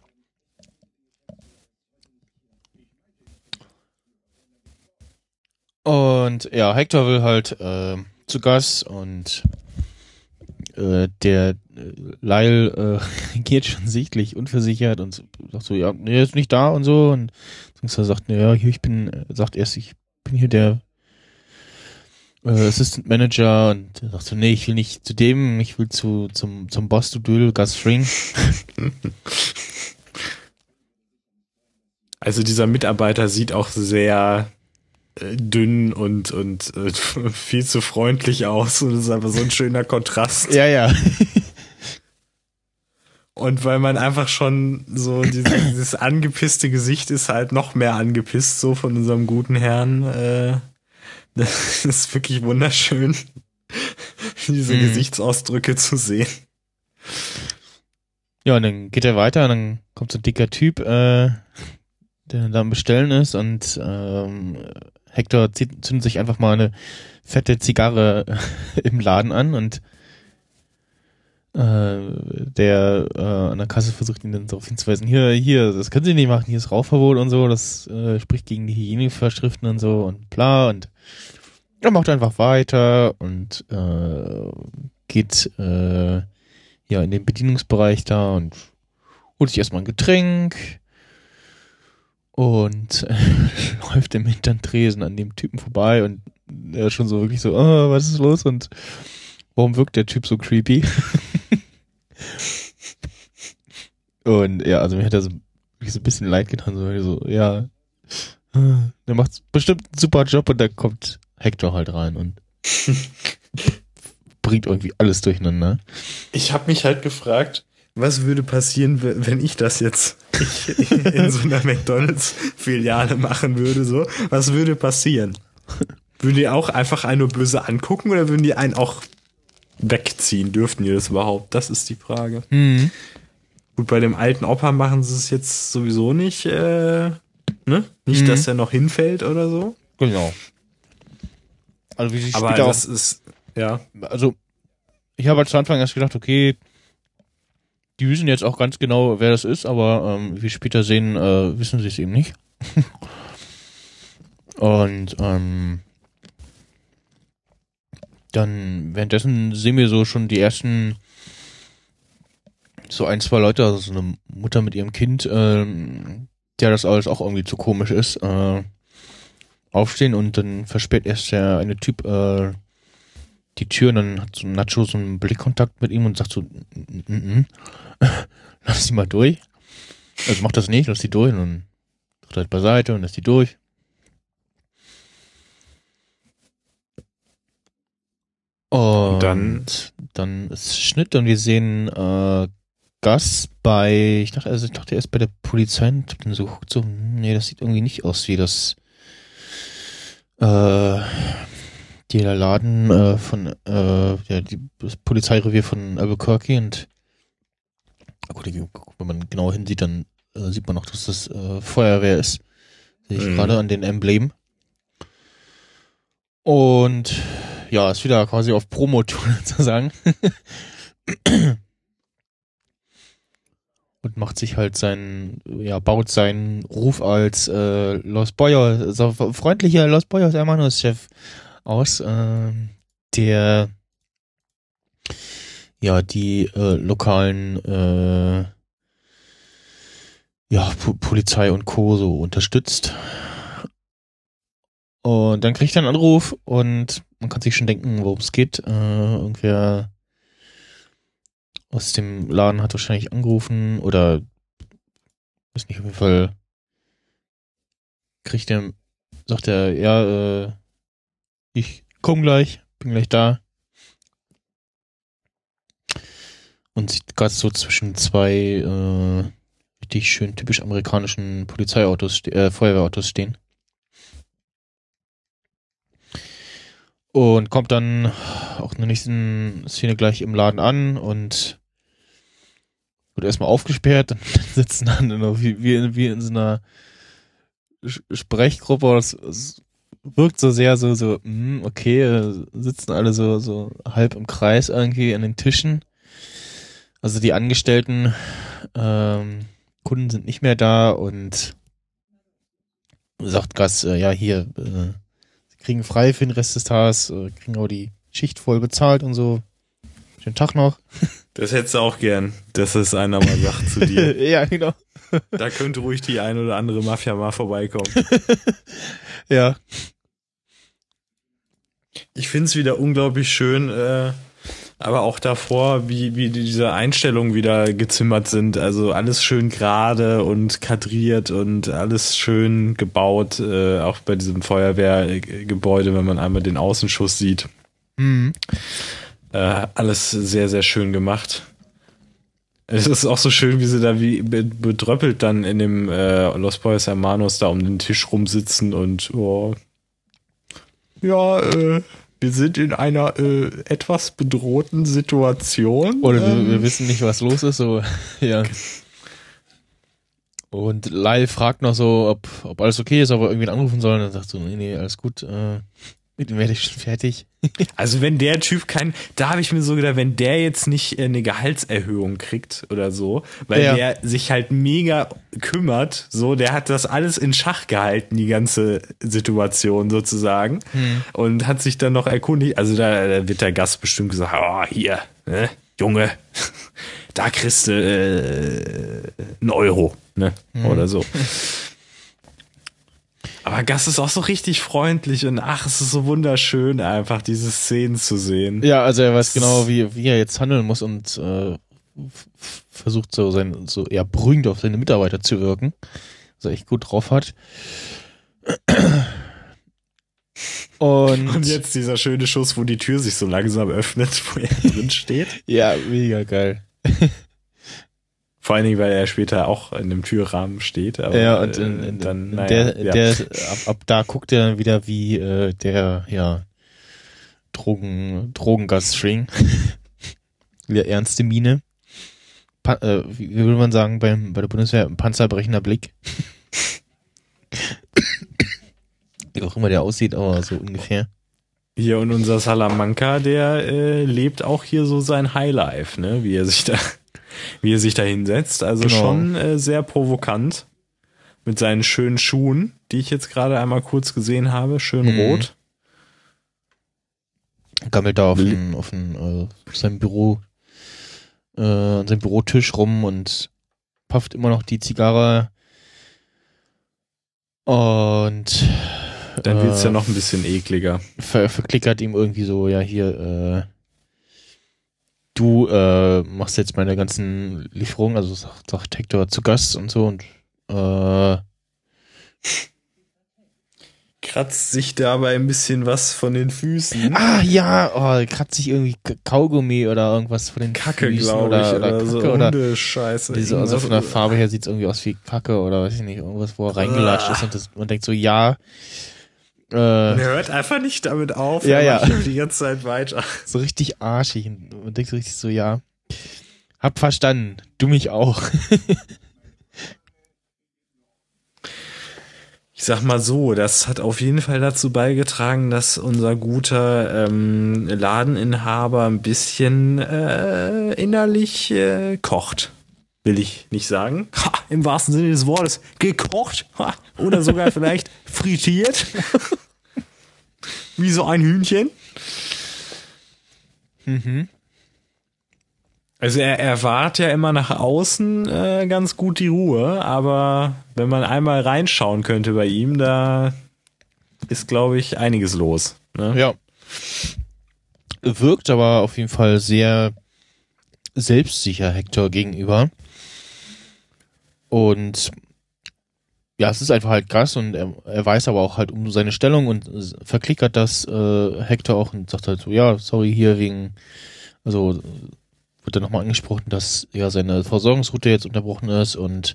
Und ja, Hector will halt äh, zu Gas und äh, der äh, Lyle äh, geht schon sichtlich unversichert und sagt so, ja, nee, er ist nicht da und so. Und er sagt, ja, hier, ich bin, äh, sagt erst, ich bin hier der äh, Assistant Manager und er sagt so, nee, ich will nicht zu dem, ich will zu zum zum Boss, du Dödel, Gus Fring. Also dieser Mitarbeiter sieht auch sehr äh, dünn und, und äh, viel zu freundlich aus. Und das ist einfach so ein schöner Kontrast. Ja, ja. Und weil man einfach schon so dieses, dieses angepisste Gesicht ist halt noch mehr angepisst, so von unserem guten Herrn. Äh, das ist wirklich wunderschön, diese Mhm. Gesichtsausdrücke zu sehen. Ja, und dann geht er weiter und dann kommt so ein dicker Typ, äh, der da am Bestellen ist und ähm, Hector zieht, zündet sich einfach mal eine fette Zigarre im Laden an und äh, der äh, an der Kasse versucht ihn dann darauf hinzuweisen, hier, hier, das können Sie nicht machen, hier ist Rauchverbot und so, das äh, spricht gegen die Hygienevorschriften und so und bla und er macht einfach weiter und äh, geht äh, ja in den Bedienungsbereich da und holt sich erstmal ein Getränk und äh, läuft im hinteren Tresen an dem Typen vorbei und er ist schon so wirklich so, oh, was ist los und warum wirkt der Typ so creepy? Und ja, also mir hat er so, wirklich so ein bisschen leid getan, so, so ja, der macht bestimmt einen super Job und da kommt Hector halt rein und bringt irgendwie alles durcheinander. Ich habe mich halt gefragt, was würde passieren, wenn ich das jetzt in so einer McDonalds-Filiale machen würde, so? Was würde passieren? Würden die auch einfach einen nur böse angucken oder würden die einen auch wegziehen? Dürften die das überhaupt? Das ist die Frage. Mhm. Gut, bei dem alten Opa machen sie es jetzt sowieso nicht, äh, ne? Nicht, Mhm. dass er noch hinfällt oder so. Genau. Also wie sich Aber später das auch, ist, ja. also ich habe halt zu Anfang erst gedacht, okay, die wissen jetzt auch ganz genau, wer das ist, aber ähm, wie wir später sehen, äh, wissen sie es eben nicht. Und ähm, dann währenddessen sehen wir so schon die ersten so ein, zwei Leute, also so eine Mutter mit ihrem Kind, ähm, der das alles auch irgendwie zu komisch ist, äh, aufstehen und dann versperrt erst der eine Typ äh, die Tür und dann hat so Nacho so einen Blickkontakt mit ihm und sagt so, "N- n- n- lass sie mal durch. Also mach das nicht, lass sie durch und dann tritt halt beiseite und lass die durch. Und dann- dann ist Schnitt und wir sehen äh, Gus bei, ich dachte, also ich dachte, er ist bei der Polizei und hab dann so geguckt, so, nee, das sieht irgendwie nicht aus wie das äh, der Laden äh, von äh, ja, die, das Polizeirevier von Albuquerque und gut, wenn man genau hinsieht, dann äh, sieht man noch, dass das äh, Feuerwehr ist. Sehe ich Mhm. gerade an den Emblemen. Und ja, ist wieder quasi auf Promotour sozusagen. Und macht sich halt seinen, ja, baut seinen Ruf als äh, Los Boyos, also freundlicher Los Boyos Hermanos Chef aus, äh, der ja die äh, lokalen äh, ja, Po- Polizei und Co. so unterstützt. Und dann kriegt er einen Anruf und man kann sich schon denken, worum es geht. Äh, irgendwer aus dem Laden hat wahrscheinlich angerufen oder ist nicht, auf jeden Fall kriegt er, sagt er, ja, äh, ich komm gleich, bin gleich da. Und sieht gerade so zwischen zwei äh, richtig schön typisch amerikanischen Polizeiautos, ste- äh, Feuerwehrautos stehen. Und kommt dann auch in der nächsten Szene gleich im Laden an und wird erstmal aufgesperrt, dann sitzen dann noch wie, wie, wie in so einer Sch- Sprechgruppe. Das, das wirkt so sehr so, so, mm, okay, äh, sitzen alle so, so halb im Kreis irgendwie an den Tischen. Also die Angestellten, ähm, Kunden sind nicht mehr da und sagt Gas, äh, ja hier, äh, sie kriegen frei für den Rest des Tages, äh, kriegen auch die Schicht voll bezahlt und so. Schönen Tag noch. Das hättest du auch gern, dass es einer mal sagt zu dir. Ja, genau. Da könnte ruhig die ein oder andere Mafia mal vorbeikommen. Ja. Ich finde es wieder unglaublich schön, äh, Aber auch davor, wie, wie diese Einstellungen wieder gezimmert sind. Also alles schön gerade und kadriert und alles schön gebaut. Äh, auch bei diesem Feuerwehrgebäude, wenn man einmal den Außenschuss sieht. Mhm. Äh, alles sehr, sehr schön gemacht. Es ist auch so schön, wie sie da wie bedröppelt dann in dem äh, Los Pollos Hermanos da um den Tisch rumsitzen und oh, ja, äh, wir sind in einer äh, etwas bedrohten Situation. Oder ähm. wir, wir wissen nicht, was los ist, so, ja. Und Lyle fragt noch so, ob, ob alles okay ist, ob er irgendwen anrufen soll. Und dann sagt so, nee, nee, alles gut, äh, mit dem werde ich schon fertig. Also wenn der Typ kein, da habe ich mir so gedacht, wenn der jetzt nicht äh, eine Gehaltserhöhung kriegt oder so, weil ja. der sich halt mega kümmert, so, der hat das alles in Schach gehalten, die ganze Situation sozusagen, hm. und hat sich dann noch erkundigt, also da, da wird der Gast bestimmt gesagt, oh, hier, ne, Junge, da kriegst du äh, einen Euro, ne, hm. oder so. Aber Gus ist auch so richtig freundlich und ach, es ist so wunderschön, einfach diese Szenen zu sehen. Ja, also er weiß genau, wie, wie er jetzt handeln muss und äh, f- versucht so sein, so eher beruhigend auf seine Mitarbeiter zu wirken, was er echt gut drauf hat. Und, und jetzt dieser schöne Schuss, wo die Tür sich so langsam öffnet, wo er drin steht. Ja, mega geil. Vor allen Dingen, weil er später auch in dem Türrahmen steht. Aber, ja, und in, in, äh, dann, in naja, der, ja. der ab, ab da guckt er dann wieder wie äh, der, ja, Drogen, Drogengastring. Wieder ernste Miene. Pa- äh, wie, wie würde man sagen, beim, bei der Bundeswehr, ein panzerbrechender Blick. Wie auch immer der aussieht, aber so ungefähr. Hier und unser Salamanca, der äh, lebt auch hier so sein Highlife, ne, wie er sich da wie er sich da hinsetzt. Also genau. schon äh, sehr provokant mit seinen schönen Schuhen, die ich jetzt gerade einmal kurz gesehen habe, schön mhm. rot. Gammelt da auf, den, auf, den, äh, auf seinem Büro, äh, an seinem Bürotisch rum und pafft immer noch die Zigarre. Und dann wird's äh, ja noch ein bisschen ekliger. Ver- verklickert ihm irgendwie so, ja hier, äh, du äh, machst jetzt meine ganzen Lieferungen, also sagt, sagt Hector zu Gast und so und äh, kratzt sich dabei ein bisschen was von den Füßen. Ah ja, oh, kratzt sich irgendwie Kaugummi oder irgendwas von den Kacke, Füßen glaube oder, ich, oder, oder Kacke so oder Hundescheiße. Diese, also von der Farbe her sieht es irgendwie aus wie Kacke oder weiß ich nicht, irgendwas, wo er reingelatscht ist und das, man denkt so, ja. Äh, er hört einfach nicht damit auf, ja, er ja. macht die ganze Zeit weiter. So richtig arschig und man denkt so richtig so, ja, hab verstanden, du mich auch. Ich sag mal so, das hat auf jeden Fall dazu beigetragen, dass unser guter ähm, Ladeninhaber ein bisschen äh, innerlich äh, kocht. Will ich nicht sagen. Ha, im wahrsten Sinne des Wortes. Gekocht. Ha, oder sogar vielleicht frittiert. Wie so ein Hühnchen. Mhm. Also er, er wahrt ja immer nach außen äh, ganz gut die Ruhe, aber wenn man einmal reinschauen könnte bei ihm, da ist, glaube ich, einiges los. Ne? Ja. Wirkt aber auf jeden Fall sehr selbstsicher Hector gegenüber. Und ja, es ist einfach halt krass und er, er weiß aber auch halt um seine Stellung und verklickert das äh, Hector auch und sagt halt so, ja, sorry, hier wegen, also wird dann nochmal angesprochen, dass ja seine Versorgungsroute jetzt unterbrochen ist und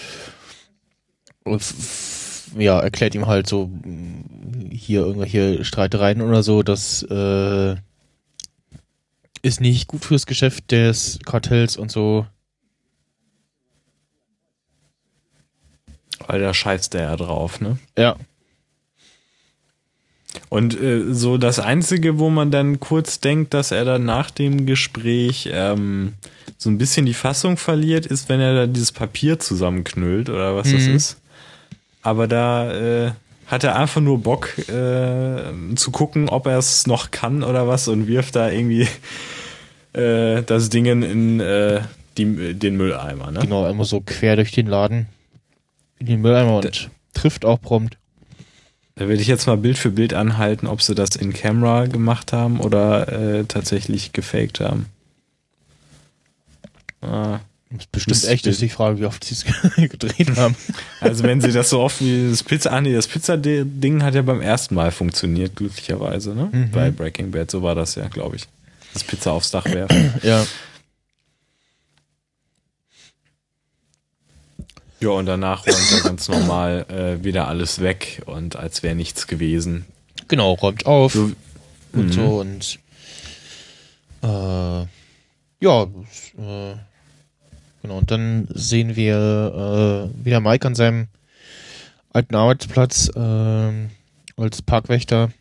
ja, erklärt ihm halt so hier irgendwelche Streitereien oder so, das äh, ist nicht gut fürs Geschäft des Kartells und so. Weil da scheißt der ja drauf, ne? Ja. Und äh, so das Einzige, wo man dann kurz denkt, dass er dann nach dem Gespräch ähm, so ein bisschen die Fassung verliert, ist, wenn er da dieses Papier zusammenknüllt oder was mhm. das ist. Aber da äh, hat er einfach nur Bock äh, zu gucken, ob er es noch kann oder was und wirft da irgendwie äh, das Ding in äh, die, den Mülleimer. Ne? Genau, einmal so quer durch den Laden in den Mülleimer und da, trifft auch prompt. Da werde ich jetzt mal Bild für Bild anhalten, ob sie das in Camera gemacht haben oder äh, tatsächlich gefaked haben. Ah, das ist bestimmt echt, ist die Frage, wie oft sie es gedreht haben. Also wenn sie das so oft wie das Pizza, ah nee, das Pizza-Ding hat ja beim ersten Mal funktioniert, glücklicherweise, ne? Mhm. Bei Breaking Bad, so war das ja, glaube ich. Das Pizza aufs Dach werfen. Ja. Ja, und danach räumt er ganz normal äh, wieder alles weg und als wäre nichts gewesen. Genau, räumt auf so, und mhm. so und äh, ja, äh, genau, und dann sehen wir äh, wieder Mike an seinem alten Arbeitsplatz äh, als Parkwächter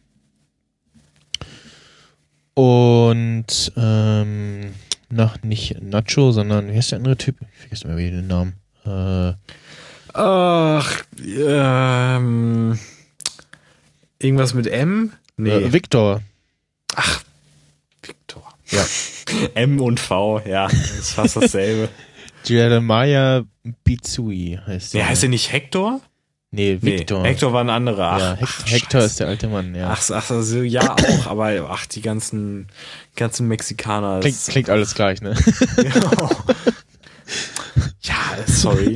und ähm, nach nicht Nacho, sondern wie heißt der andere Typ? Ich vergesse immer wieder den Namen. Äh, Ach, ähm, irgendwas mit M? Nee. Äh, Victor. Ach, Victor. Ja. M und V, ja, ist fast dasselbe. Jeremiah Bizui heißt der. Ja, heißt der nicht Hector? Nee, Victor. Nee, Hector war ein anderer. Ach, ja, Hect- ach, Hector ist der alte Mann, ja. Ach, ach also, ja auch, aber ach, die ganzen, ganzen Mexikaner. Klingt, klingt alles gleich, ne? Ja, ja sorry.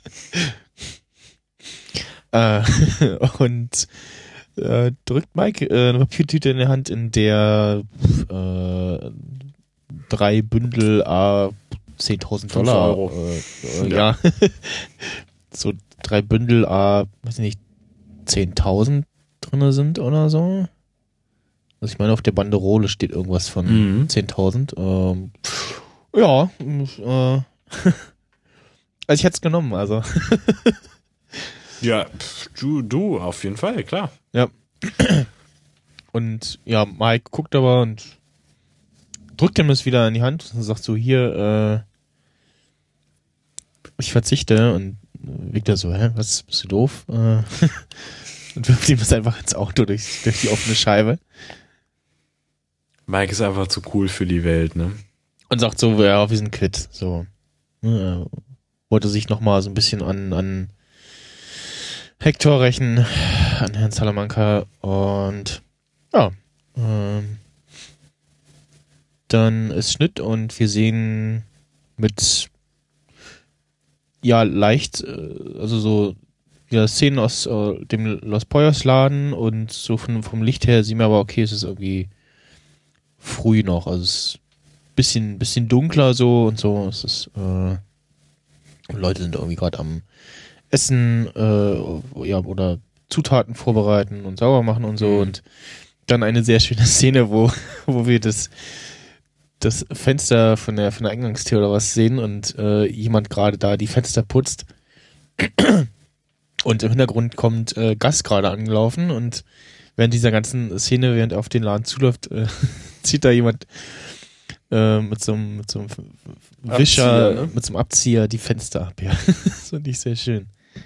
äh, und äh, drückt Mike äh, eine Papiertüte in der Hand, in der äh, drei Bündel a zehntausend Dollar. Euro. Äh, äh, ja. ja. So drei Bündel a, weiß ich nicht, zehntausend drinne sind oder so. Also ich meine, auf der Banderole steht irgendwas von mhm. zehntausend. Ähm, ja, äh, also ich hätte es genommen, also. Ja, du, du, auf jeden Fall, klar. Ja. Und ja, Mike guckt aber und drückt ihm das wieder in die Hand und sagt so, hier, äh, ich verzichte. Und Victor so, hä, was, bist du doof? Äh, und wirft ihm das einfach ins Auto durch, durch die offene Scheibe. Mike ist einfach zu cool für die Welt, ne? Und sagt so, ja, wir sind quitt. So. Ja, wollte sich nochmal so ein bisschen an, an Hector rächen, an Herrn Salamanca. Und ja, ähm, dann ist Schnitt und wir sehen mit ja, leicht, also so ja, Szenen aus äh, dem Los Pollos Laden und so von, vom Licht her sehen wir aber, okay, es ist irgendwie früh noch, also es ist ein bisschen, bisschen dunkler so und so, es ist, äh, Leute sind irgendwie gerade am Essen, äh, ja, oder Zutaten vorbereiten und sauber machen und so mhm. und dann eine sehr schöne Szene, wo, wo wir das das Fenster von der von der Eingangstür oder was sehen und äh, jemand gerade da die Fenster putzt und im Hintergrund kommt äh, Gus gerade angelaufen und während dieser ganzen Szene, während er auf den Laden zuläuft, äh, zieht da jemand äh, mit so einem mit so einem Wischer, Abzieher, ne? mit so einem Abzieher die Fenster ab. Ja, das fand ich sehr schön.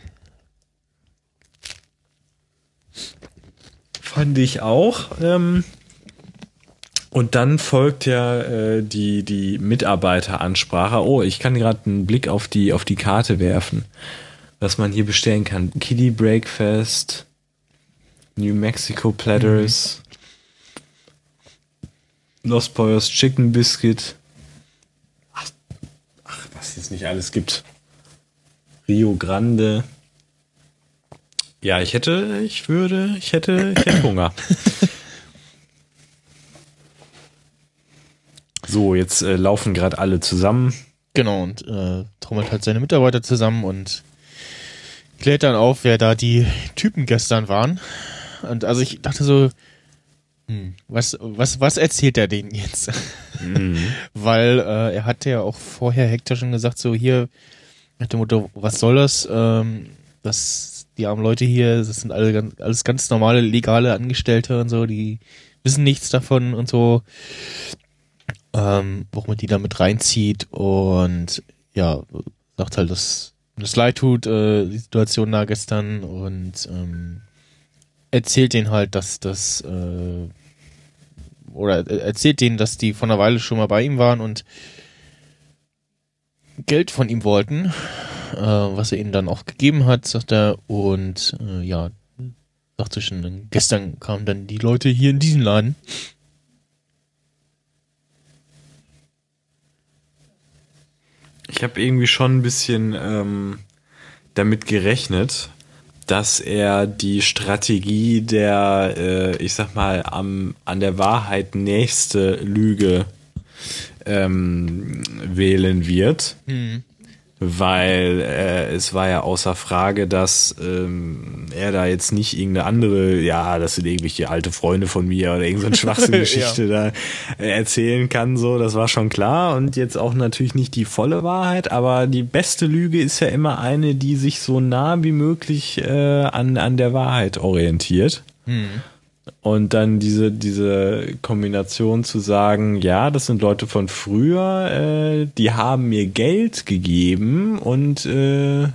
Fand ich auch. Ähm Und dann folgt ja äh, die die Mitarbeiteransprache. Oh, ich kann gerade einen Blick auf die auf die Karte werfen, was man hier bestellen kann. Kiddie Breakfast, New Mexico Platters, mhm. Los Pollos Chicken Biscuit. Ach, ach, was es nicht alles gibt. Rio Grande. Ja, ich hätte, ich würde, ich hätte, ich hätte Hunger. So, jetzt äh, laufen gerade alle zusammen. Genau, und äh, trommelt halt seine Mitarbeiter zusammen und klärt dann auf, wer da die Typen gestern waren. Und also ich dachte so, hm, was, was, was erzählt er denen jetzt? Mhm. Weil äh, er hatte ja auch vorher Hector schon gesagt, so hier, nach dem Motto, was soll das? Ähm, das die armen Leute hier, das sind alle ganz, alles ganz normale, legale Angestellte und so, die wissen nichts davon und so. Ähm, warum man die da mit reinzieht und ja, sagt halt, dass das leid tut, äh, die Situation da gestern und ähm, erzählt denen halt, dass das äh, oder erzählt denen, dass die vor einer Weile schon mal bei ihm waren und Geld von ihm wollten, äh, was er ihnen dann auch gegeben hat, sagt er, und äh, ja, sagte schon, gestern kamen dann die Leute hier in diesen Laden. Ich habe irgendwie schon ein bisschen ähm, damit gerechnet, dass er die Strategie der, äh, ich sag mal, am, an der Wahrheit nächste Lüge ähm, wählen wird. Hm. Weil äh, es war ja außer Frage, dass ähm, er da jetzt nicht irgendeine andere, ja, das sind irgendwelche alte Freunde von mir oder irgendeine Schwachsinngeschichte ja. da erzählen kann, so, das war schon klar. Und jetzt auch natürlich nicht die volle Wahrheit, aber die beste Lüge ist ja immer eine, die sich so nah wie möglich äh, an, an der Wahrheit orientiert. Hm. Und dann diese diese Kombination zu sagen, ja, das sind Leute von früher, äh, die haben mir Geld gegeben und äh,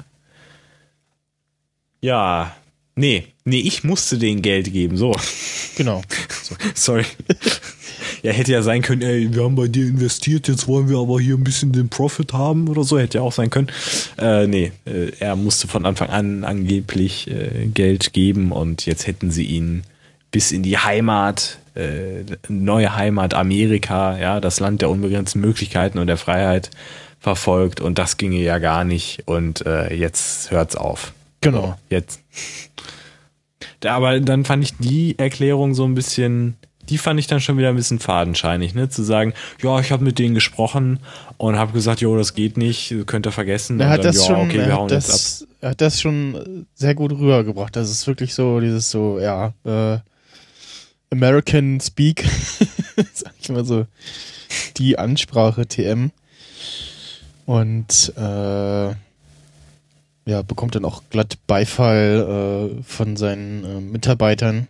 ja, nee, nee, ich musste denen Geld geben, so. Genau. So. Sorry. Ja, hätte ja sein können, ey, wir haben bei dir investiert, jetzt wollen wir aber hier ein bisschen den Profit haben oder so, hätte ja auch sein können. Äh, nee, äh, er musste von Anfang an angeblich äh, Geld geben und jetzt hätten sie ihn bis in die Heimat, äh, neue Heimat Amerika, ja, das Land der unbegrenzten Möglichkeiten und der Freiheit verfolgt und das ginge ja gar nicht und äh, jetzt hört's auf. Genau. So, jetzt. Aber dann fand ich die Erklärung so ein bisschen, die fand ich dann schon wieder ein bisschen fadenscheinig, ne, zu sagen, ja, ich habe mit denen gesprochen und habe gesagt, jo, das geht nicht, könnt ihr vergessen. Er hat und dann, das ja, schon, okay, wir er hauen hat jetzt das, ab. er hat das schon sehr gut rübergebracht. Das ist wirklich so dieses so, ja, äh, American Speak, sag ich mal so, die Ansprache T M und äh, ja, bekommt dann auch glatt Beifall äh, von seinen äh, Mitarbeitern.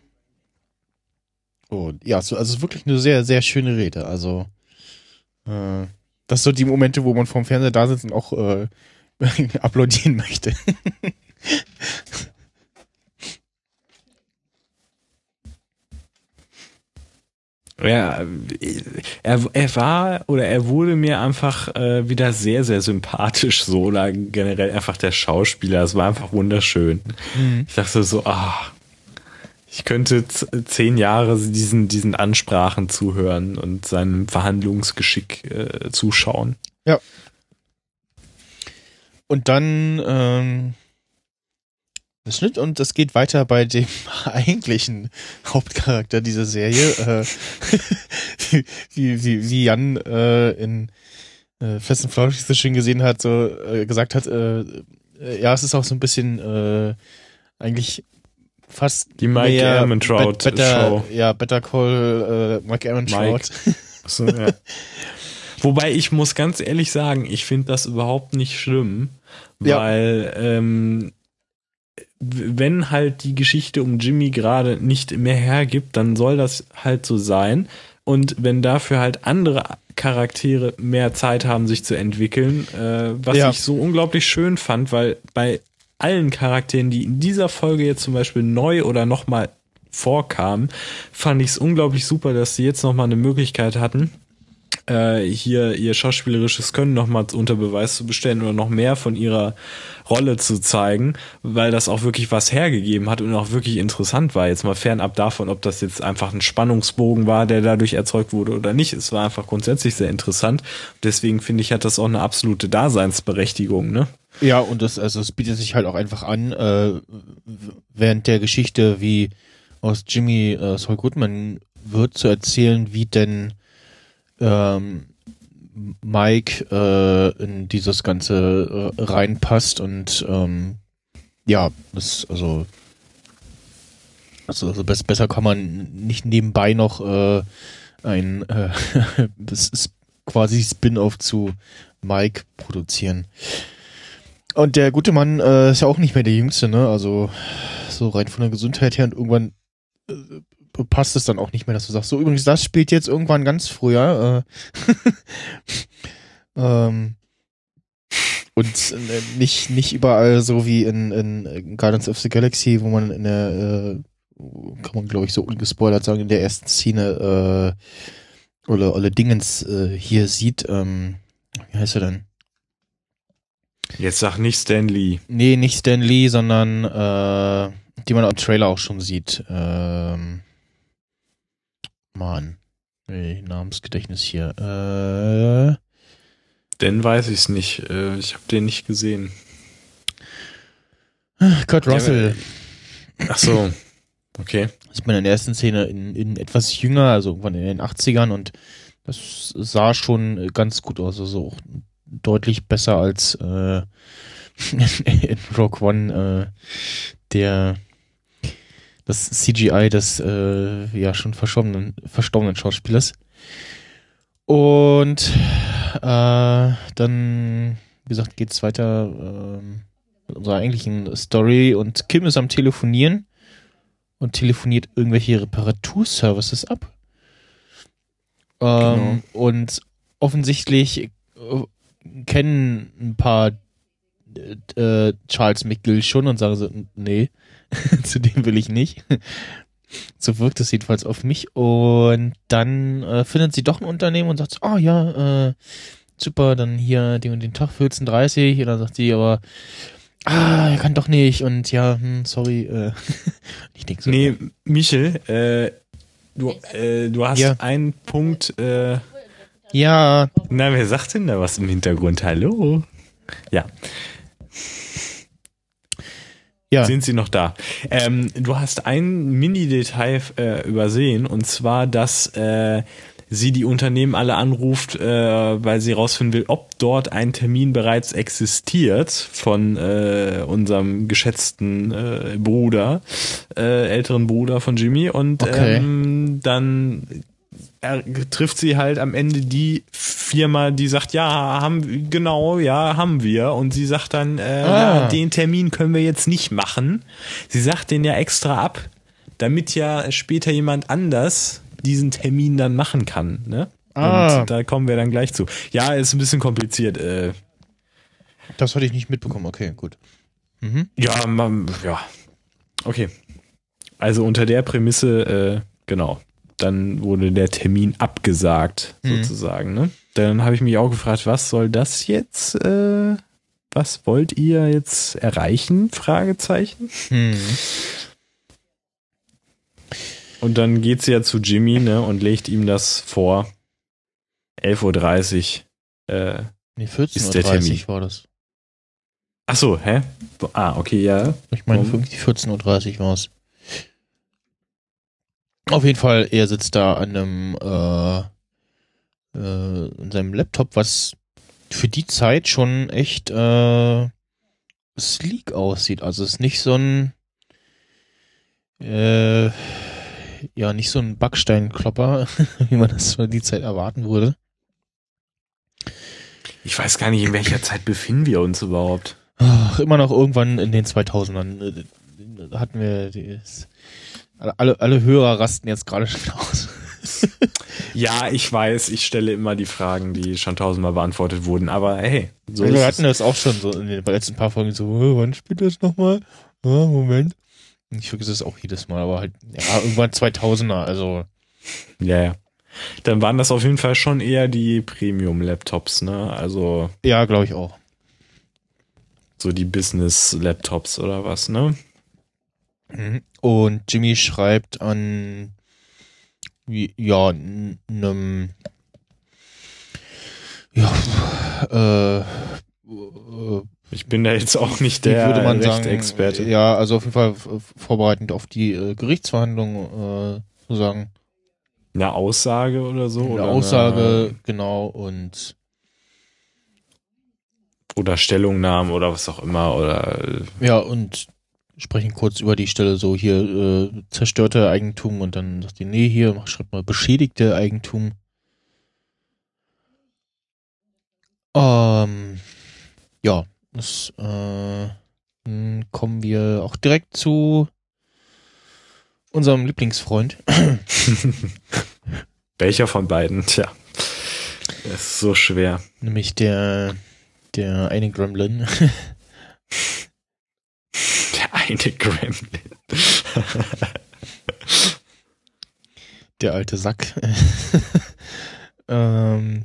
Und ja, so, also wirklich eine sehr, sehr schöne Rede. Also äh, das sind so die Momente, wo man vorm Fernseher da sitzt und auch äh, applaudieren möchte. Ja, er, er war oder er wurde mir einfach äh, wieder sehr, sehr sympathisch so oder generell einfach der Schauspieler. Es war einfach wunderschön. Mhm. Ich dachte so, ah, ich könnte z- zehn Jahre diesen, diesen Ansprachen zuhören und seinem Verhandlungsgeschick äh, zuschauen. Ja. Und dann ähm, das Schnitt und es geht weiter bei dem eigentlichen Hauptcharakter dieser Serie, äh, wie, wie, wie Jan äh, in äh, Fest und Flauschig so schön gesehen hat, so äh, gesagt hat, äh, äh, ja, es ist auch so ein bisschen äh, eigentlich fast die Mike Ehrmantraut Bet- better, Show. Ja, Better Call äh, Mike Ehrmantraut. So, ja. Wobei ich muss ganz ehrlich sagen, ich finde das überhaupt nicht schlimm, weil ja. ähm, wenn halt die Geschichte um Jimmy gerade nicht mehr hergibt, dann soll das halt so sein. Und wenn dafür halt andere Charaktere mehr Zeit haben, sich zu entwickeln, äh, was ja. ich so unglaublich schön fand, weil bei allen Charakteren, die in dieser Folge jetzt zum Beispiel neu oder nochmal vorkamen, fand ich es unglaublich super, dass sie jetzt nochmal eine Möglichkeit hatten, hier ihr schauspielerisches Können nochmal unter Beweis zu bestellen oder noch mehr von ihrer Rolle zu zeigen, weil das auch wirklich was hergegeben hat und auch wirklich interessant war. Jetzt mal fernab davon, ob das jetzt einfach ein Spannungsbogen war, der dadurch erzeugt wurde oder nicht. Es war einfach grundsätzlich sehr interessant. Deswegen finde ich, hat das auch eine absolute Daseinsberechtigung, ne? Ja, und das, also es bietet sich halt auch einfach an, äh, während der Geschichte, wie aus Jimmy äh, Saul Goodman wird, zu erzählen, wie denn ähm, Mike äh, in dieses Ganze äh, reinpasst und ähm, ja, das also also, also best, besser kann man nicht nebenbei noch äh, ein äh, das ist quasi Spin-off zu Mike produzieren. Und der gute Mann äh, ist ja auch nicht mehr der Jüngste, ne? Also so rein von der Gesundheit her und irgendwann äh, passt es dann auch nicht mehr, dass du sagst, so übrigens, das spielt jetzt irgendwann ganz früher. Äh, ähm, und äh, nicht nicht überall so wie in, in Guardians of the Galaxy, wo man in der, äh, kann man glaube ich so ungespoilert sagen, in der ersten Szene äh, Olle, Olle Dingens äh, hier sieht. Ähm, wie heißt er denn? Jetzt sag nicht Stan Lee. Nee, nicht Stan Lee, sondern äh, die man am Trailer auch schon sieht. Ähm, Mann, nee, Namensgedächtnis hier. Äh, Den weiß ich nicht. Äh, ich habe den nicht gesehen. Kurt Russell. Ach so. Okay. Sieht man in der ersten Szene in, in etwas jünger, also irgendwann in den achtzigern, und das sah schon ganz gut aus. Also auch deutlich besser als äh, in Rogue One äh, der das C G I des äh, ja schon verstorbenen, verstorbenen Schauspielers. Und äh, dann, wie gesagt, geht's weiter äh, mit unserer eigentlichen Story, und Kim ist am Telefonieren und telefoniert irgendwelche Reparaturservices ab. Ähm, genau. Und offensichtlich äh, kennen ein paar äh, Charles McGill schon und sagen so, nee, zu dem will ich nicht. So wirkt es jedenfalls auf mich. Und dann äh, findet sie doch ein Unternehmen und sagt, oh ja, äh, super, dann hier den und den Tag vierzehn Uhr dreißig. Und dann sagt sie aber, ah, er kann doch nicht. Und ja, hm, sorry. Äh. Ich denke so. Nee, Michel, äh, du, äh, du hast ja einen Punkt. Äh, ja. Na, wer sagt denn da was im Hintergrund? Hallo? Ja. Ja. Sind Sie noch da? Ähm, du hast ein Mini-Detail äh, übersehen, und zwar, dass äh, sie die Unternehmen alle anruft, äh, weil sie rausfinden will, ob dort ein Termin bereits existiert von äh, unserem geschätzten äh, Bruder, äh, älteren Bruder von Jimmy. Und okay. ähm, dann er trifft sie halt am Ende die Firma, die sagt, ja, haben genau, ja, haben wir. Und sie sagt dann, äh, ah. ja, den Termin können wir jetzt nicht machen. Sie sagt den ja extra ab, damit ja später jemand anders diesen Termin dann machen kann. Ne? Ah. Und da kommen wir dann gleich zu. Ja, ist ein bisschen kompliziert. Äh. Das hatte ich nicht mitbekommen. Okay, gut. Mhm. Ja, man, ja. Okay. Also unter der Prämisse, äh, genau. Dann wurde der Termin abgesagt, mhm. sozusagen. Ne? Dann habe ich mich auch gefragt, was soll das jetzt? Äh, was wollt ihr jetzt erreichen? Fragezeichen. Mhm. Und dann geht sie ja zu Jimmy, ne, und legt ihm das vor. elf Uhr dreißig äh, nee, vierzehn Uhr dreißig war das. Ach so, hä? Ah, okay, ja. Ich meine, vierzehn Uhr dreißig war es. Auf jeden Fall, er sitzt da an einem äh, äh, an seinem Laptop, was für die Zeit schon echt äh, sleek aussieht. Also es ist nicht so ein äh, ja, nicht so ein Backsteinklopper, wie man das für die Zeit erwarten würde. Ich weiß gar nicht, in welcher Zeit befinden wir uns überhaupt. Ach, immer noch irgendwann in den zweitausendern hatten wir die, alle, alle Hörer rasten jetzt gerade schon aus. Ja, ich weiß, ich stelle immer die Fragen, die schon tausendmal beantwortet wurden, aber hey. So wir hatten das auch schon so in den letzten paar Folgen so, wann spielt das nochmal? Oh, Moment. Ich vergesse es auch jedes Mal, aber halt, ja, irgendwann zweitausender, also. Ja, ja. Dann waren das auf jeden Fall schon eher die Premium-Laptops, ne? Also. Ja, glaube ich auch. So die Business-Laptops oder was, ne? Und Jimmy schreibt an, ja, einem, ja, äh, ich bin da jetzt auch nicht der würde man Rechtsexperte. Sagen, ja, also auf jeden Fall vorbereitend auf die äh, Gerichtsverhandlung, äh, sozusagen. Eine Aussage oder so? Eine oder Aussage, eine, genau, und oder Stellungnahmen oder was auch immer, oder ja, und sprechen kurz über die Stelle so hier äh, zerstörte Eigentum, und dann sagt die, nee, hier, mach schreibt mal beschädigte Eigentum. Ähm, ja, das äh, dann kommen wir auch direkt zu unserem Lieblingsfreund. Welcher von beiden? Tja, das ist so schwer. Nämlich der der eine Gremlin. Der eine Gremlin. Der alte Sack. ähm,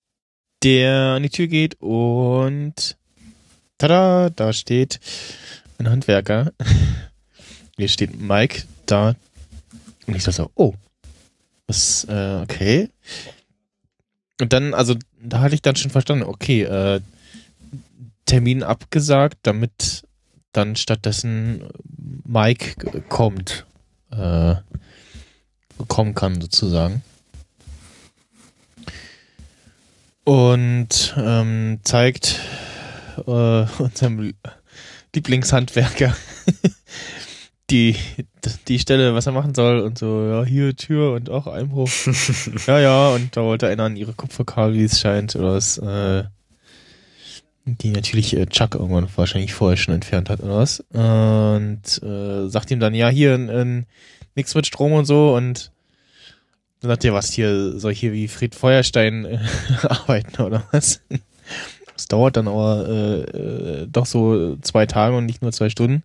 der an die Tür geht und tada, da steht ein Handwerker. Hier steht Mike da. Und ich dachte so, oh, das, äh, okay. Und dann, also, da hatte ich dann schon verstanden, okay, äh, Termin abgesagt, damit dann stattdessen Mike kommt, äh, kommen kann sozusagen. Und ähm, zeigt äh, unserem Lieblingshandwerker die, die Stelle, was er machen soll und so, ja, hier Tür und auch Einbruch. ja, ja, und da wollte einer an ihre Kupferkabel, wie es scheint, oder was, äh, die natürlich äh, Chuck irgendwann wahrscheinlich vorher schon entfernt hat oder was. Und äh, sagt ihm dann, ja, hier äh, nix mit Strom und so. Und dann sagt er, was hier, soll ich hier wie Fred Feuerstein äh, arbeiten oder was? Das dauert dann aber äh, äh, doch so zwei Tage und nicht nur zwei Stunden.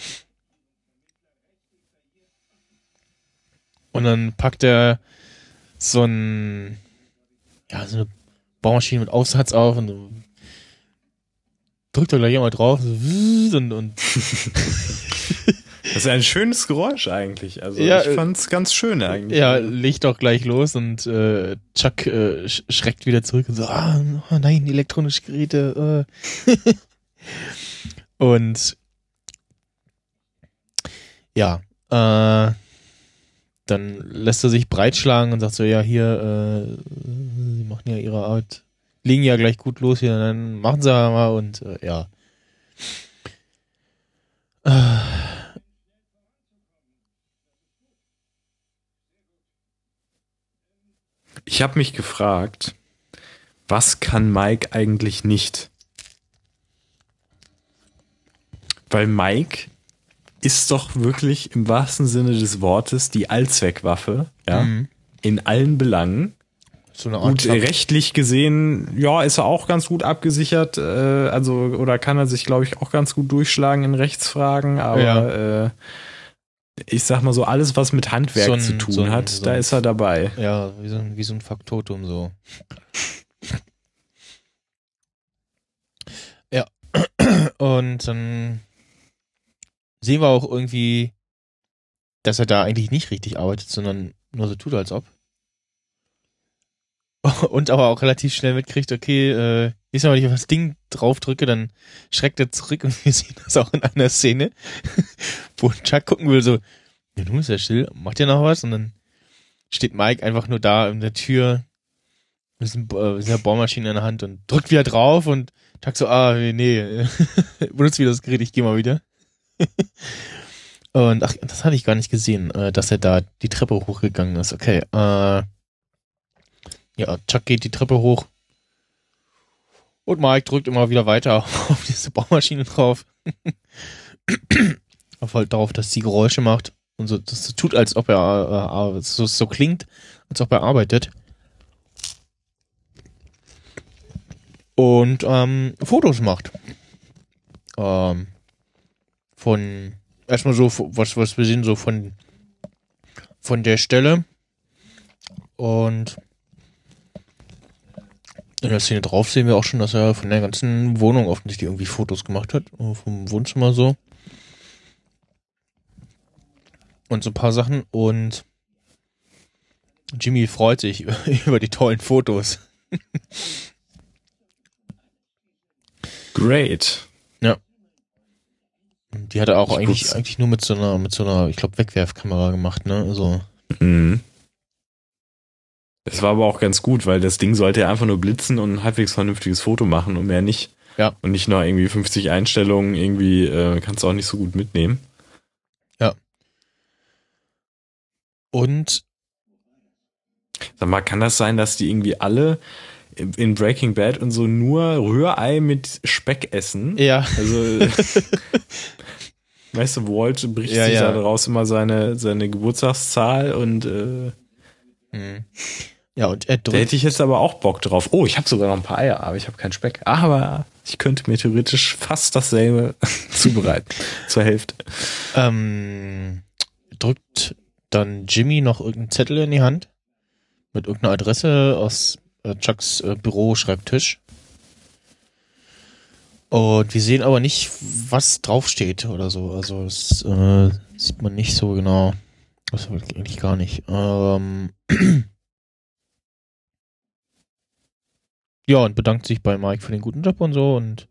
Und dann packt er so ein, ja, so eine Baumaschine mit Aufsatz auf und so drückt er gleich mal drauf so, und, und das ist ein schönes Geräusch eigentlich. Also ja, ich fand's ganz schön eigentlich. Ja, legt auch gleich los und äh, Chuck äh, schreckt wieder zurück und so, ah, oh nein, elektronische Geräte. Äh. Und ja, äh, dann lässt er sich breitschlagen und sagt so, ja, hier, äh, sie machen ja ihre Arbeit, legen ja gleich gut los hier, dann machen sie mal und äh, ja. Äh, Ich habe mich gefragt, was kann Mike eigentlich nicht? Weil Mike ist doch wirklich im wahrsten Sinne des Wortes die Allzweckwaffe, ja, mhm. in allen Belangen. So eine Art gut, rechtlich gesehen, ja, ist er auch ganz gut abgesichert, äh, also, oder kann er sich, glaube ich, auch ganz gut durchschlagen in Rechtsfragen, aber ja. äh, ich sag mal so, alles, was mit Handwerk so ein, zu tun so ein, hat, so da ein, ist er dabei. Ja, wie so ein, wie so ein Faktotum so. Ja. Und dann sehen wir auch irgendwie, dass er da eigentlich nicht richtig arbeitet, sondern nur so tut, als ob. Und aber auch relativ schnell mitkriegt, okay, äh, jedes Mal, wenn ich auf das Ding draufdrücke, dann schreckt er zurück und wir sehen das auch in einer Szene, wo Chuck gucken will, so, ja, du bist ja still, macht ihr noch was? Und dann steht Mike einfach nur da in der Tür mit dieser Bohrmaschine in der Hand und drückt wieder drauf und Chuck so, ah, nee, benutzt wieder das Gerät, ich geh mal wieder. Und ach, das hatte ich gar nicht gesehen, dass er da die Treppe hochgegangen ist. Okay, äh, ja, Chuck geht die Treppe hoch und Mike drückt immer wieder weiter auf diese Baumaschine drauf. Auf halt darauf, dass sie Geräusche macht und so, das so tut, als ob er äh, so, so klingt, als ob er arbeitet. Und ähm, Fotos macht. Ähm, von erstmal so, was, was wir sehen, so von von der Stelle. Und in der Szene drauf sehen wir auch schon, dass er von der ganzen Wohnung offensichtlich irgendwie Fotos gemacht hat. Vom Wohnzimmer so. Und so ein paar Sachen. Und Jimmy freut sich über die tollen Fotos. Great. Ja. Die hat er auch eigentlich, eigentlich nur mit so einer, mit so einer, ich glaube, Wegwerfkamera gemacht, ne? Also. Mhm. Das war aber auch ganz gut, weil das Ding sollte ja einfach nur blitzen und ein halbwegs vernünftiges Foto machen und mehr nicht. Ja. Und nicht nur irgendwie fünfzig Einstellungen, irgendwie äh, kannst du auch nicht so gut mitnehmen. Ja. Und sag mal, kann das sein, dass die irgendwie alle in Breaking Bad und so nur Rührei mit Speck essen? Ja. Also weißt du, Walt bricht ja, sich ja. daraus immer seine, seine Geburtstagszahl und äh, hm. Ja, und er da hätte ich jetzt aber auch Bock drauf. Oh, ich habe sogar noch ein paar Eier, aber ich habe keinen Speck. Aber ich könnte mir theoretisch fast dasselbe zubereiten. Zur Hälfte. Ähm, drückt dann Jimmy noch irgendeinen Zettel in die Hand mit irgendeiner Adresse aus äh, Chucks äh, Büro-Schreibtisch. Und wir sehen aber nicht, was draufsteht oder so. Also das äh, sieht man nicht so genau. Das eigentlich gar nicht. Ähm ja, und bedankt sich bei Mike für den guten Job und so. Und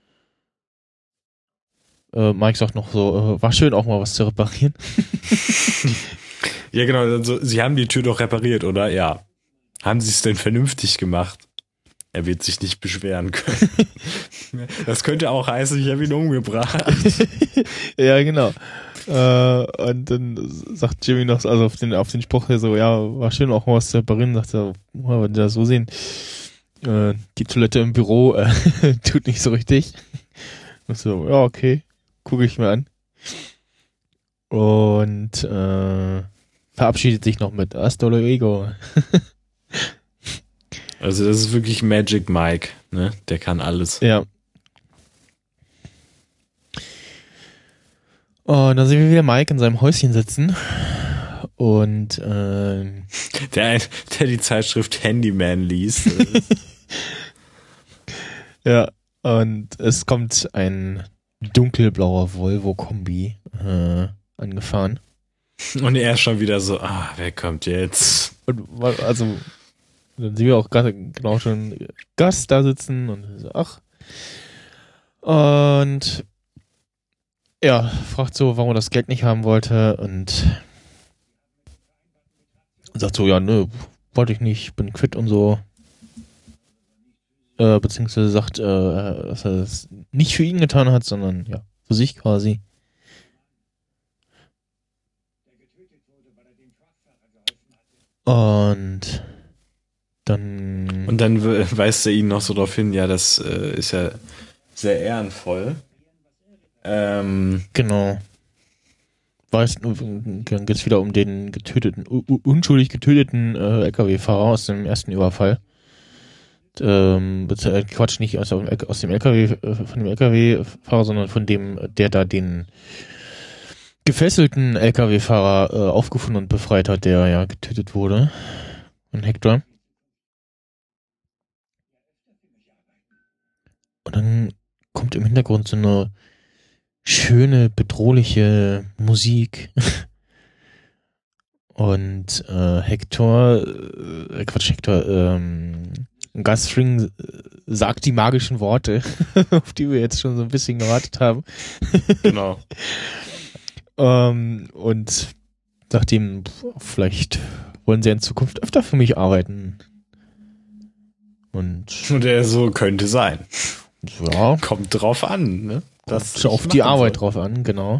äh, Mike sagt noch so, äh, war schön auch mal was zu reparieren. Ja, genau. Also, sie haben die Tür doch repariert, oder? Ja. Haben sie es denn vernünftig gemacht? Er wird sich nicht beschweren können. Das könnte auch heißen, ich habe ihn umgebracht. Ja, genau. Äh, und dann sagt Jimmy noch, also auf den, auf den Spruch hier so, ja, war schön auch mal was zu reparieren. Sagt er, wenn Sie das so sehen, äh, die Toilette im Büro äh, tut nicht so richtig. Und so, ja, okay, gucke ich mir an. Und äh, verabschiedet sich noch mit Hasta luego. Also das ist wirklich Magic Mike, ne? Der kann alles. Ja. Und dann sehen wir wieder Mike in seinem Häuschen sitzen. Und äh, der, der die Zeitschrift Handyman liest. Ja, und es kommt ein dunkelblauer Volvo-Kombi äh, angefahren. Und er ist schon wieder so, ah, wer kommt jetzt? Und also dann sehen wir auch gerade genau schon Gast da sitzen und so, ach. Und ja, fragt so, warum er das Geld nicht haben wollte und sagt so, ja, nö, wollte ich nicht, bin quitt und so. Äh, beziehungsweise sagt, äh, dass er das nicht für ihn getan hat, sondern ja, für sich quasi. Und dann... Und dann weist er ihn noch so darauf hin, ja, das äh, ist ja sehr ehrenvoll. Ähm, genau. Weiß, dann geht es wieder um den getöteten, u- unschuldig getöteten äh, L K W-Fahrer aus dem ersten Überfall. Ähm, äh, Quatsch, nicht aus dem, aus dem L K W, äh, von dem L K W-Fahrer, sondern von dem, der da den gefesselten L K W-Fahrer äh, aufgefunden und befreit hat, der ja getötet wurde. Und Hector. Und dann kommt im Hintergrund so eine schöne, bedrohliche Musik. Und äh, Hector, äh, Quatsch, Hector, ähm, Gus Fring sagt die magischen Worte, auf die wir jetzt schon so ein bisschen gewartet haben. genau. ähm, und sagt ihm, vielleicht wollen sie in Zukunft öfter für mich arbeiten. Und, Und er so, könnte sein. Ja. Kommt drauf an, ne? Das kommt auf die Arbeit soll. drauf an, genau.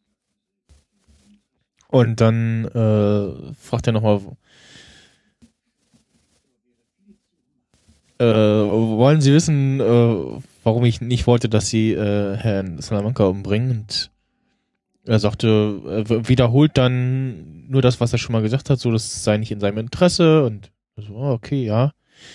Und dann äh, fragt er nochmal, äh, wollen Sie wissen, äh, warum ich nicht wollte, dass Sie äh, Herrn Salamanca umbringen? Und er sagte, er wiederholt dann nur das, was er schon mal gesagt hat, so, das sei nicht in seinem Interesse. Und so, okay, ja.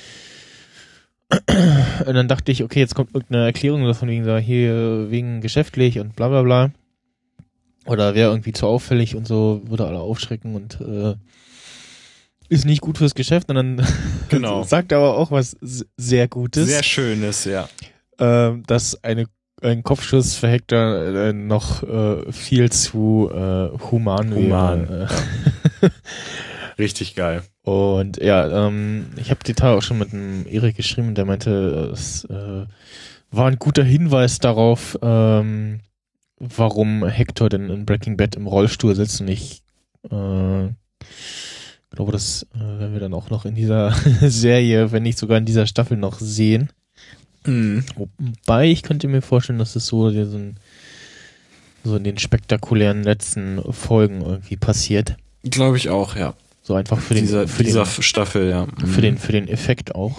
Und dann dachte ich, okay, jetzt kommt irgendeine Erklärung von wegen, so, hier wegen geschäftlich und bla bla bla. Oder wäre irgendwie zu auffällig und so, würde alle aufschrecken und äh, ist nicht gut fürs Geschäft. Und dann genau. sagt er aber auch was sehr Gutes. Sehr Schönes, ja. Äh, dass eine, ein Kopfschuss für Hector äh, noch äh, viel zu äh, human, human wäre. Ja. Richtig geil. Und ja, ähm, ich habe die Tage auch schon mit einem Erik geschrieben, der meinte, es äh, war ein guter Hinweis darauf, ähm, warum Hector denn in Breaking Bad im Rollstuhl sitzt. Und ich äh, glaube, das äh, werden wir dann auch noch in dieser Serie, wenn nicht sogar in dieser Staffel noch sehen. Mhm. Wobei, ich könnte mir vorstellen, dass es so, so, ein, so in den spektakulären letzten Folgen irgendwie passiert. Glaube ich auch, ja. So einfach für den, dieser, für dieser den, Staffel, ja. Mhm. Für den, für den Effekt auch.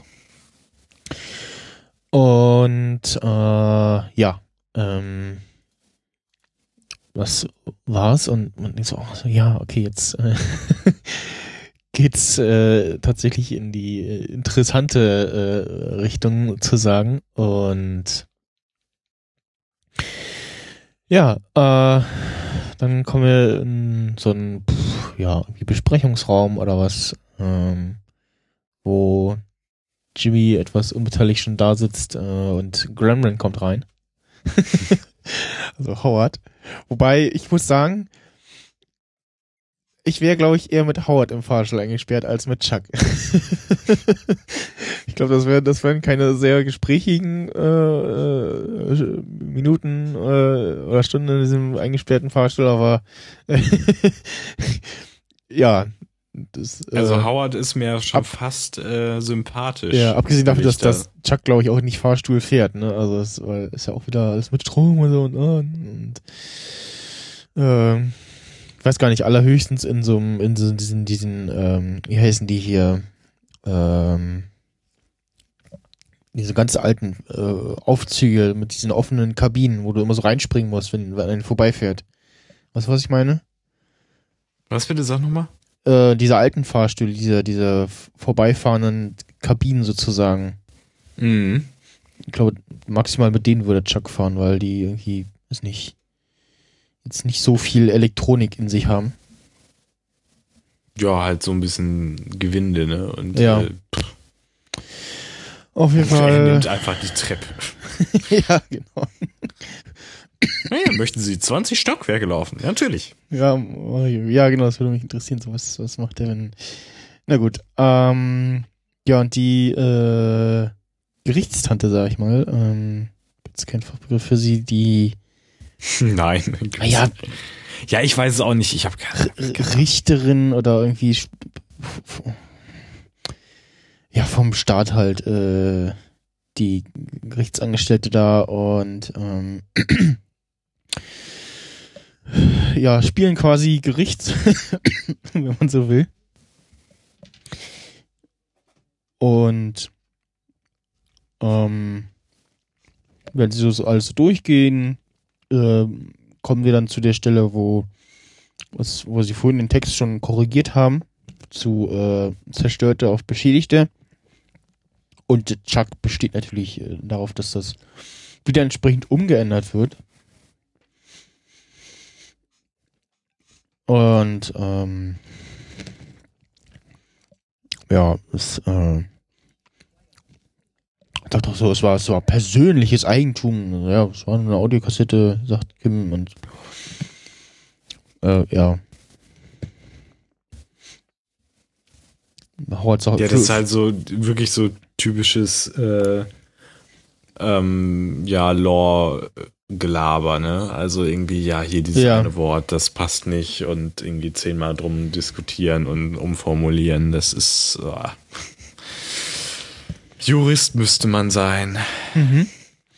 Und äh, ja, ähm, das war's und man denkt so, oh, ja, okay, jetzt äh, geht's äh, tatsächlich in die äh, interessante äh, Richtung zu sagen. Und ja, äh, dann kommen wir in so einen pff, ja, wie Besprechungsraum oder was, ähm, wo Jimmy etwas unbeteiligt schon da sitzt äh, und Gremlin kommt rein. Also Howard. Wobei, ich muss sagen, ich wäre, glaube ich, eher mit Howard im Fahrstuhl eingesperrt als mit Chuck. Ich glaube, das wären das wären keine sehr gesprächigen äh, äh, Minuten äh, oder Stunden in diesem eingesperrten Fahrstuhl, aber ja. Das, also äh, Howard ist mir schon ab, fast äh, sympathisch. Ja, abgesehen davon, dass, dass Chuck, glaube ich, auch nicht Fahrstuhl fährt, ne? Also es weil ist ja auch wieder alles mit Strom und so und, und äh, ich weiß gar nicht, allerhöchstens in so einem, in so diesen, diesen, ähm, wie heißen die hier, ähm, diese ganz alten äh, Aufzüge mit diesen offenen Kabinen, wo du immer so reinspringen musst, wenn, wenn einer vorbeifährt. Weißt du, was ich meine? Was bitte, sag nochmal? Äh, diese alten Fahrstühle, diese, diese vorbeifahrenden Kabinen sozusagen. Mhm. Ich glaube, maximal mit denen würde Chuck fahren, weil die irgendwie, ist nicht, jetzt nicht so viel Elektronik in sich haben. Ja, halt so ein bisschen Gewinde, ne? Und ja. Äh, auf jeden er Fall. Er nimmt einfach die Treppe. Ja, genau. Naja, möchten Sie zwanzig Stockwerke laufen? Ja, natürlich. Ja, ja, genau, das würde mich interessieren. So, was, was macht der, wenn. Na gut. Ähm, ja, und die äh, Gerichtstante, sag ich mal, ähm, gibt's keinen Fachbegriff für sie, die. Nein. Ja, ja, ich weiß es auch nicht. Ich habe keine Richterin oder irgendwie ja vom Staat halt äh, die Gerichtsangestellte da und ähm, ja, spielen quasi Gericht, wenn man so will. Und ähm, wenn sie so alles so durchgehen, äh, kommen wir dann zu der Stelle, wo was, wo sie vorhin den Text schon korrigiert haben, zu äh, Zerstörte auf Beschädigte. Und Chuck besteht natürlich äh, darauf, dass das wieder entsprechend umgeändert wird. Und ähm, ja, es äh, sagt doch so, es war, es war persönliches Eigentum. Ja, es war eine Audiokassette, sagt Kim und äh, ja. Ja, das ist halt so wirklich so typisches äh, ähm, ja, Law-Gelaber, ne? Also irgendwie, ja, hier dieses ja. eine Wort, das passt nicht und irgendwie zehnmal drum diskutieren und umformulieren, das ist äh, Jurist müsste man sein. Mhm.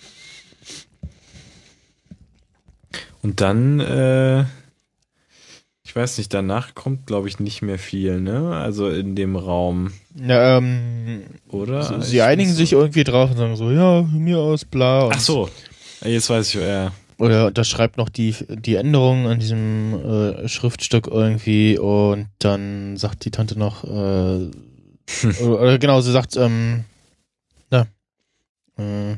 Und dann äh, ich weiß nicht, danach kommt, glaube ich, nicht mehr viel, ne? Also in dem Raum. Ja, ähm, oder? So, sie einigen sich so irgendwie drauf und sagen so, ja, von mir aus, bla. Und ach so, jetzt weiß ich, ja. Oder das schreibt noch die, die Änderungen an diesem äh, Schriftstück irgendwie und dann sagt die Tante noch, äh, oder, oder genau, sie sagt, ähm, na, äh,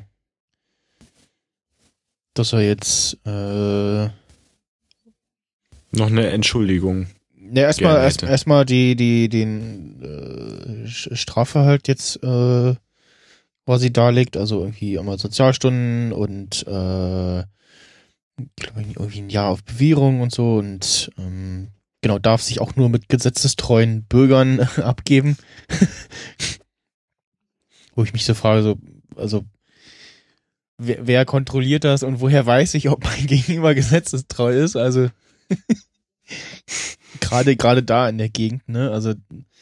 dass er jetzt, äh, noch eine Entschuldigung. Ne, erstmal erst, erstmal die die den äh, Strafe halt jetzt äh, quasi darlegt, also irgendwie einmal Sozialstunden und äh, glaube ich irgendwie ein Jahr auf Bewährung und so und ähm, genau, darf sich auch nur mit gesetzestreuen Bürgern abgeben. Wo ich mich so frage, so also wer, wer kontrolliert das und woher weiß ich, ob mein Gegenüber gesetzestreu ist? Also Gerade, gerade da in der Gegend, ne, also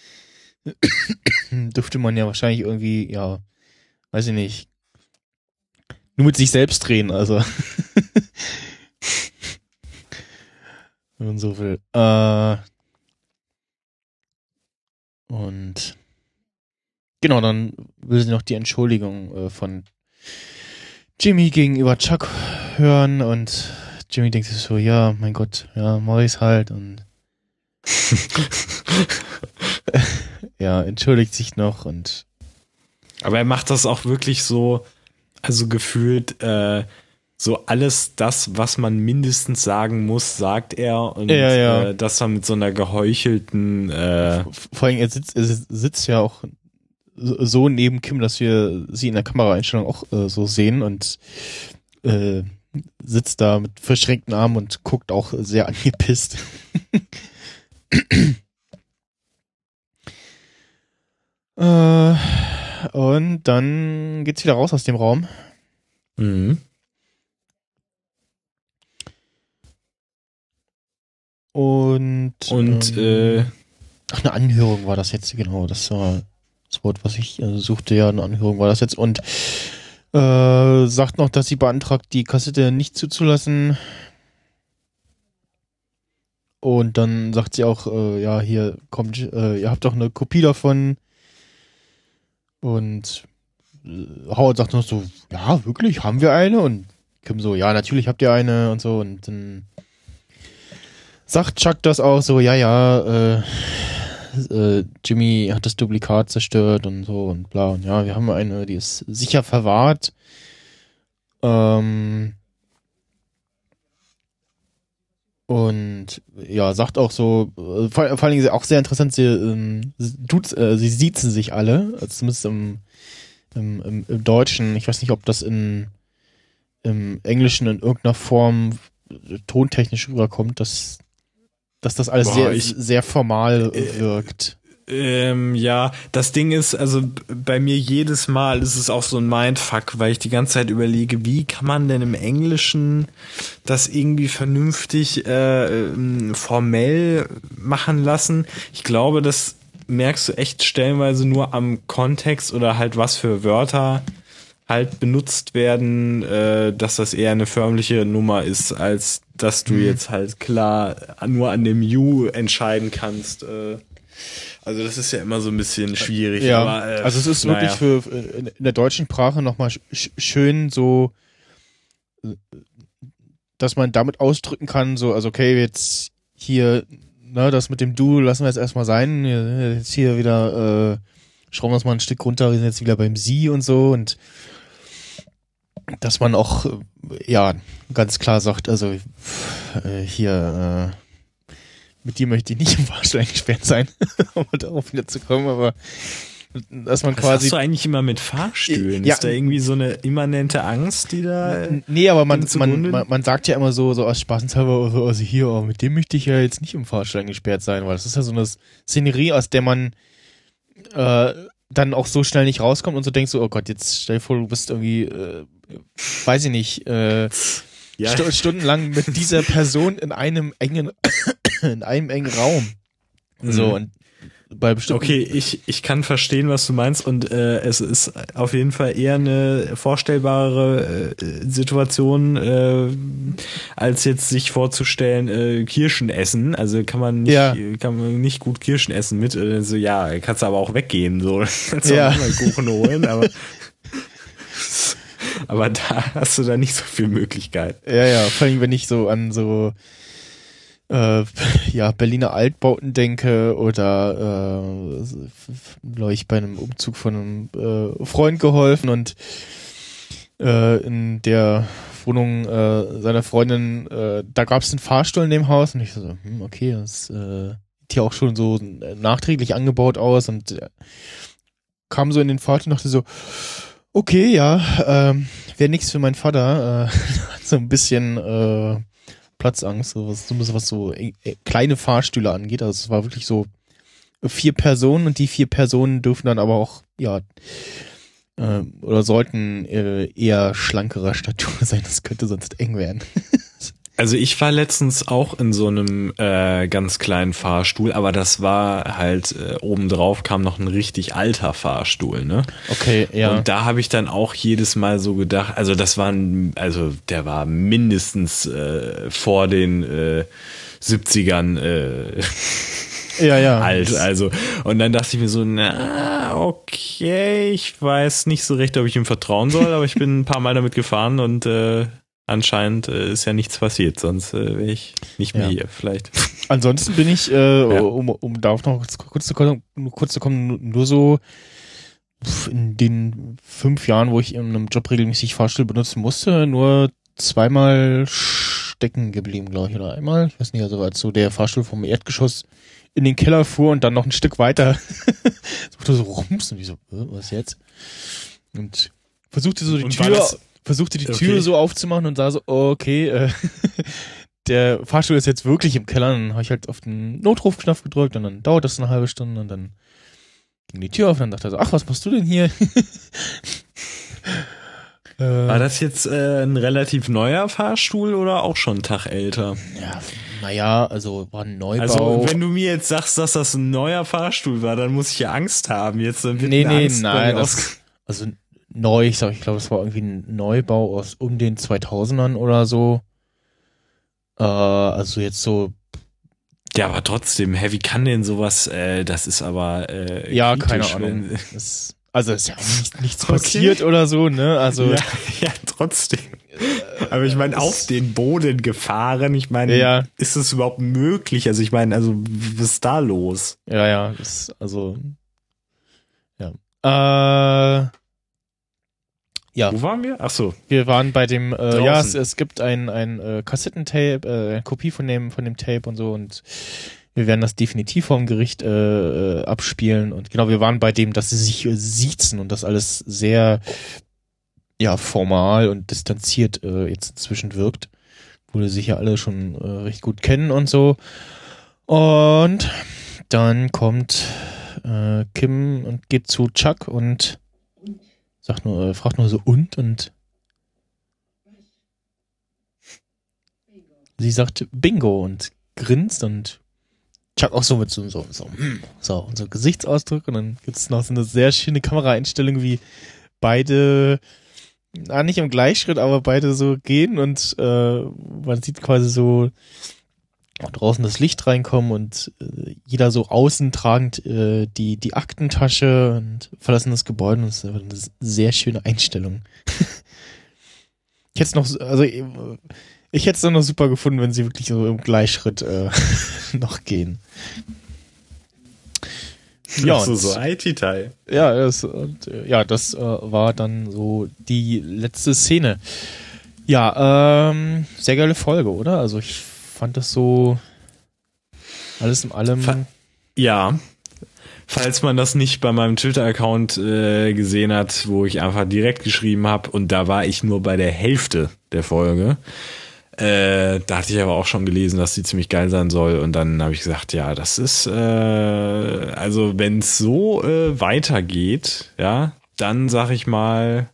dürfte man ja wahrscheinlich irgendwie, ja, weiß ich nicht, nur mit sich selbst reden, also wenn man so will. Äh, und genau, dann will sie noch die Entschuldigung äh, von Jimmy gegenüber Chuck hören und Jimmy denkt sich so, ja, mein Gott, ja, mach ich's halt und ja, entschuldigt sich noch und aber er macht das auch wirklich so, also gefühlt äh, so alles das, was man mindestens sagen muss, sagt er und ja, ja. Äh, das dann mit so einer geheuchelten äh, vor allem er sitzt, er sitzt ja auch so neben Kim, dass wir sie in der Kameraeinstellung auch äh, so sehen und äh, sitzt da mit verschränkten Armen und guckt auch sehr angepisst. äh, und dann geht's wieder raus aus dem Raum. Mhm. Und, Und ähm, äh, ach, eine Anhörung war das jetzt, genau. Das war das Wort, was ich äh, suchte. Ja, eine Anhörung war das jetzt. Und äh, sagt noch, dass sie beantragt, die Kassette nicht zuzulassen. Und dann sagt sie auch, äh, ja, hier kommt, äh, ihr habt doch eine Kopie davon. Und äh, Howard sagt noch so, ja, wirklich, haben wir eine? Und Kim so, ja, natürlich habt ihr eine und so. Und dann sagt Chuck das auch so, ja, ja, äh, äh, Jimmy hat das Duplikat zerstört und so und bla. Und ja, wir haben eine, die ist sicher verwahrt. Ähm, und ja, sagt auch so, äh, vor, vor allen Dingen auch sehr interessant, sie, ähm, sie, tut, äh, sie siezen sich alle, also zumindest im, im, im, im Deutschen. Ich weiß nicht, ob das in im Englischen in irgendeiner Form tontechnisch rüberkommt, dass dass das alles Boah, sehr ich, sehr formal äh, wirkt. Ähm, ja, das Ding ist, also bei mir jedes Mal ist es auch so ein Mindfuck, weil ich die ganze Zeit überlege, wie kann man denn im Englischen das irgendwie vernünftig äh, formell machen lassen? Ich glaube, das merkst du echt stellenweise nur am Kontext oder halt was für Wörter halt benutzt werden, äh, dass das eher eine förmliche Nummer ist, als dass du mhm. jetzt halt klar nur an dem You entscheiden kannst. Äh, also das ist ja immer so ein bisschen schwierig. Ja, aber, äh, also es ist naja. wirklich für in der deutschen Sprache nochmal sch- schön so, dass man damit ausdrücken kann, so, also okay, jetzt hier, ne, das mit dem Du lassen wir jetzt erstmal sein, jetzt hier wieder, äh, schrauben wir es mal ein Stück runter, wir sind jetzt wieder beim Sie und so und dass man auch, ja, ganz klar sagt, also äh, hier, äh, mit dir möchte ich nicht im Fahrstuhl eingesperrt sein, um darauf wieder zu kommen, aber dass man Was quasi... hast du eigentlich immer mit Fahrstühlen? Ja, ist da irgendwie so eine immanente Angst, die da... Nee, aber man, man, man, man sagt ja immer so, so aus Spaßenshalber, also hier, oh, mit dem möchte ich ja jetzt nicht im Fahrstuhl eingesperrt sein, weil das ist ja so eine Szenerie, aus der man äh, dann auch so schnell nicht rauskommt und so denkst so, oh Gott, jetzt stell dir vor, du bist irgendwie, äh, weiß ich nicht, äh, ja. st- stundenlang mit dieser Person in einem engen, in einem engen Raum. Mhm. So, und bei bestimmten... Okay, ich, ich kann verstehen, was du meinst und äh, es ist auf jeden Fall eher eine vorstellbare äh, Situation, äh, als jetzt sich vorzustellen, äh, Kirschen essen. Also kann man nicht, ja. kann man nicht gut Kirschen essen mit. Äh, so ja, kannst du aber auch weggehen, so kannst du ja. auch mal Kuchen holen, aber aber da hast du da nicht so viel Möglichkeit. Ja, ja, vor allem wenn ich so an so Äh, ja, Berliner Altbauten denke oder äh, ich bei einem Umzug von einem äh, Freund geholfen und äh, in der Wohnung äh, seiner Freundin, äh, da gab es einen Fahrstuhl in dem Haus und ich so, hm, okay, das äh, sieht ja auch schon so nachträglich angebaut aus und äh, kam so in den Fahrstuhl und dachte so, okay, ja, ähm, wäre nichts für meinen Vater, äh, so ein bisschen äh, Platzangst, so was, was so äh, kleine Fahrstühle angeht. Also es war wirklich so vier Personen und die vier Personen dürfen dann aber auch, ja, äh, oder sollten äh, eher schlankerer Statur sein. Das könnte sonst eng werden. Also ich war letztens auch in so einem äh, ganz kleinen Fahrstuhl, aber das war halt, äh, obendrauf kam noch ein richtig alter Fahrstuhl, ne? Okay, ja. Und da habe ich dann auch jedes Mal so gedacht, also das war, ein, also der war mindestens äh, vor den äh, siebzigern äh, ja, ja. alt, also und dann dachte ich mir so, na, okay, ich weiß nicht so recht, ob ich ihm vertrauen soll, aber ich bin ein paar Mal damit gefahren und äh, anscheinend äh, ist ja nichts passiert, sonst äh, wäre ich nicht mehr ja. hier, vielleicht. Ansonsten bin ich, äh, ja. um, um darauf noch kurz zu, kommen, kurz zu kommen, nur so in den fünf Jahren, wo ich in einem Job regelmäßig Fahrstuhl benutzen musste, nur zweimal stecken geblieben, glaube ich, oder einmal. Ich weiß nicht, also als so der Fahrstuhl vom Erdgeschoss in den Keller fuhr und dann noch ein Stück weiter so rums und ich so, was jetzt? Und versuchte so die und Tür... versuchte die Okay. Tür so aufzumachen und sah so, okay, äh, der Fahrstuhl ist jetzt wirklich im Keller. Und dann habe ich halt auf den Notrufknopf gedrückt und dann dauert das eine halbe Stunde und dann ging die Tür auf und dann dachte er so, ach, was machst du denn hier? War äh, das jetzt äh, ein relativ neuer Fahrstuhl oder auch schon einen Tag älter? ja, naja, also war ein Neubau. Also wenn du mir jetzt sagst, dass das ein neuer Fahrstuhl war, dann muss ich ja Angst haben. Jetzt wird nee, eine nee, Angst bei nein, mir das, ausge- also neu, ich sag, ich glaube, das war irgendwie ein Neubau aus um den zweitausendern oder so. Äh, also jetzt so, Ja, aber trotzdem, hä, wie kann denn sowas, äh, das ist aber äh, ja, kritisch, keine Ahnung. wenn- Das, also ist ja auch nicht, nichts Okay. passiert oder so, ne? Also Ja, ja, trotzdem. Aber ich meine, auf den Boden gefahren, ich meine, Ja. ist es überhaupt möglich? Also ich meine, also was ist da los? ja, ja, das, also ja. Äh, ja, Wo waren wir? Ach so. wir waren bei dem, äh, Draußen. ja, es, es gibt ein, ein äh, Kassettentape, äh, eine Kopie von dem, von dem Tape und so und wir werden das definitiv vom Gericht äh, äh, abspielen und genau, wir waren bei dem, dass sie sich äh, siezen und das alles sehr, ja, formal und distanziert äh, jetzt inzwischen wirkt, wo sie sich ja alle schon äh, recht gut kennen und so. Und dann kommt äh, Kim und geht zu Chuck und sagt nur, äh, fragt nur so und und sie sagt Bingo und grinst und Chuck auch so mit so so so, hm, so, und so Gesichtsausdruck und dann gibt es noch so eine sehr schöne Kameraeinstellung, wie beide, na, nicht im Gleichschritt, aber beide so gehen und äh, man sieht quasi so draußen das Licht reinkommen und äh, jeder so außen tragend äh, die die Aktentasche und verlassen das Gebäude und das ist einfach eine sehr schöne Einstellung. Ich hätte es noch, also ich, ich hätte es dann noch super gefunden, wenn sie wirklich so im Gleichschritt äh, noch gehen. Ja, Ach so, und- so I T-Teil. Ja, das, und, äh, ja, das äh, war dann so die letzte Szene. Ja, ähm, sehr geile Folge, oder? Also ich fand das so alles in allem. Fa- Ja. Falls man das nicht bei meinem Twitter-Account äh, gesehen hat, wo ich einfach direkt geschrieben habe und da war ich nur bei der Hälfte der Folge. Äh, da hatte ich aber auch schon gelesen, dass die ziemlich geil sein soll und dann habe ich gesagt, ja, das ist äh, also wenn es so äh, weitergeht, ja, dann sag ich mal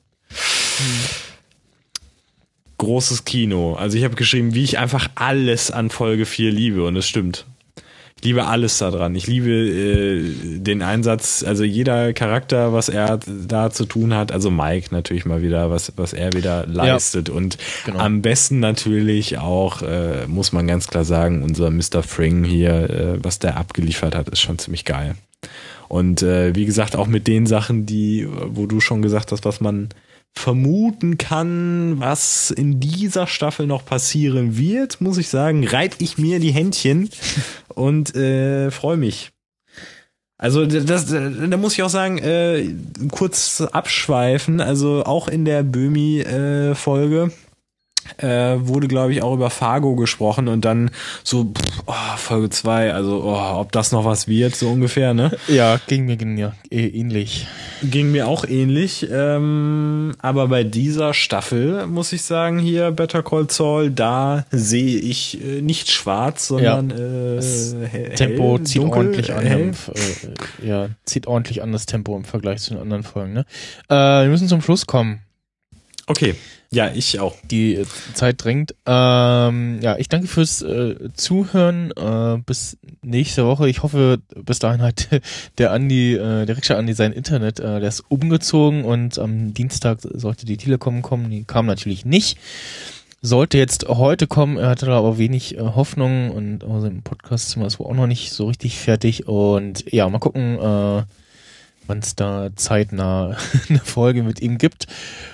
großes Kino. Also ich habe geschrieben, wie ich einfach alles an Folge vier liebe und es stimmt. Ich liebe alles daran. Ich liebe äh, den Einsatz, also jeder Charakter, was er da zu tun hat, also Mike natürlich mal wieder, was was er wieder leistet und genau. am besten natürlich auch, äh, muss man ganz klar sagen, unser Mister Fring hier, äh, was der abgeliefert hat, ist schon ziemlich geil. Und äh, wie gesagt, auch mit den Sachen, die, wo du schon gesagt hast, was man vermuten kann, was in dieser Staffel noch passieren wird, muss ich sagen, reibe ich mir die Händchen und äh, freue mich. Also das, da muss ich auch sagen, äh, kurz abschweifen, also auch in der Böhmi-Folge äh, wurde, glaube ich, auch über Fargo gesprochen und dann so, pff, oh, Folge zwei, also oh, ob das noch was wird, so ungefähr, ne? Ja, ging mir ja, eh ähnlich. Ging mir auch ähnlich, ähm, aber bei dieser Staffel muss ich sagen, hier Better Call Saul, da sehe ich äh, nicht schwarz, sondern äh, Das hell, Tempo zieht dunkel, ordentlich an. hell. Im, äh, ja, zieht ordentlich an das Tempo im Vergleich zu den anderen Folgen. Ne? Äh, wir müssen zum Schluss kommen. Okay, ja, ich auch. Die äh, Zeit drängt. Ähm, ja, ich danke fürs äh, Zuhören. Äh, bis nächste Woche. Ich hoffe, bis dahin hat der Andi, äh, der Rikscha Andi sein Internet, äh, der ist umgezogen und am Dienstag sollte die Telekom kommen. Die kam natürlich nicht. Sollte jetzt heute kommen, er hatte da aber wenig äh, Hoffnung und auch sein Podcast-Zimmer ist wohl auch noch nicht so richtig fertig. Und ja, mal gucken, äh, wann es da zeitnah eine Folge mit ihm gibt.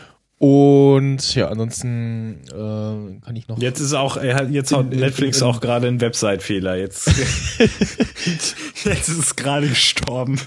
Und ja, ansonsten äh, kann ich noch. Jetzt ist auch, er hat jetzt hat In- in- Netflix in- auch gerade einen Website-Fehler. Jetzt, jetzt ist es gerade gestorben.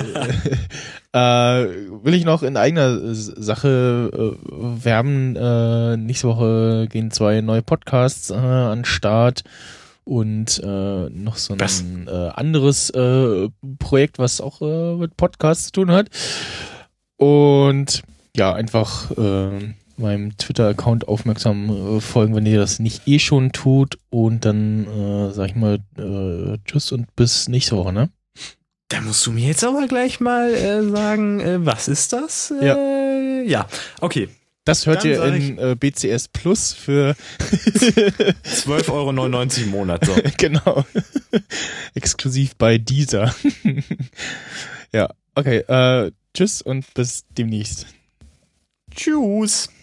Ja, äh, will ich noch in eigener Sache äh, werben. Äh, nächste Woche gehen zwei neue Podcasts äh, an den Start und äh, noch so ein Was? äh, anderes äh, Projekt, was auch äh, mit Podcasts zu tun hat. Und ja, einfach äh, meinem Twitter-Account aufmerksam äh, folgen, wenn ihr das nicht eh schon tut. Und dann, äh, sag ich mal, äh, tschüss und bis nächste Woche, ne? Da musst du mir jetzt aber gleich mal äh, sagen, äh, was ist das? Äh, Ja. ja, okay. Das hört Dann ihr sag in äh, B C S Plus für zwölf Euro neunundneunzig im Monat. So. genau. Exklusiv bei Deezer. Ja, okay. Äh, tschüss und bis demnächst. Tschüss.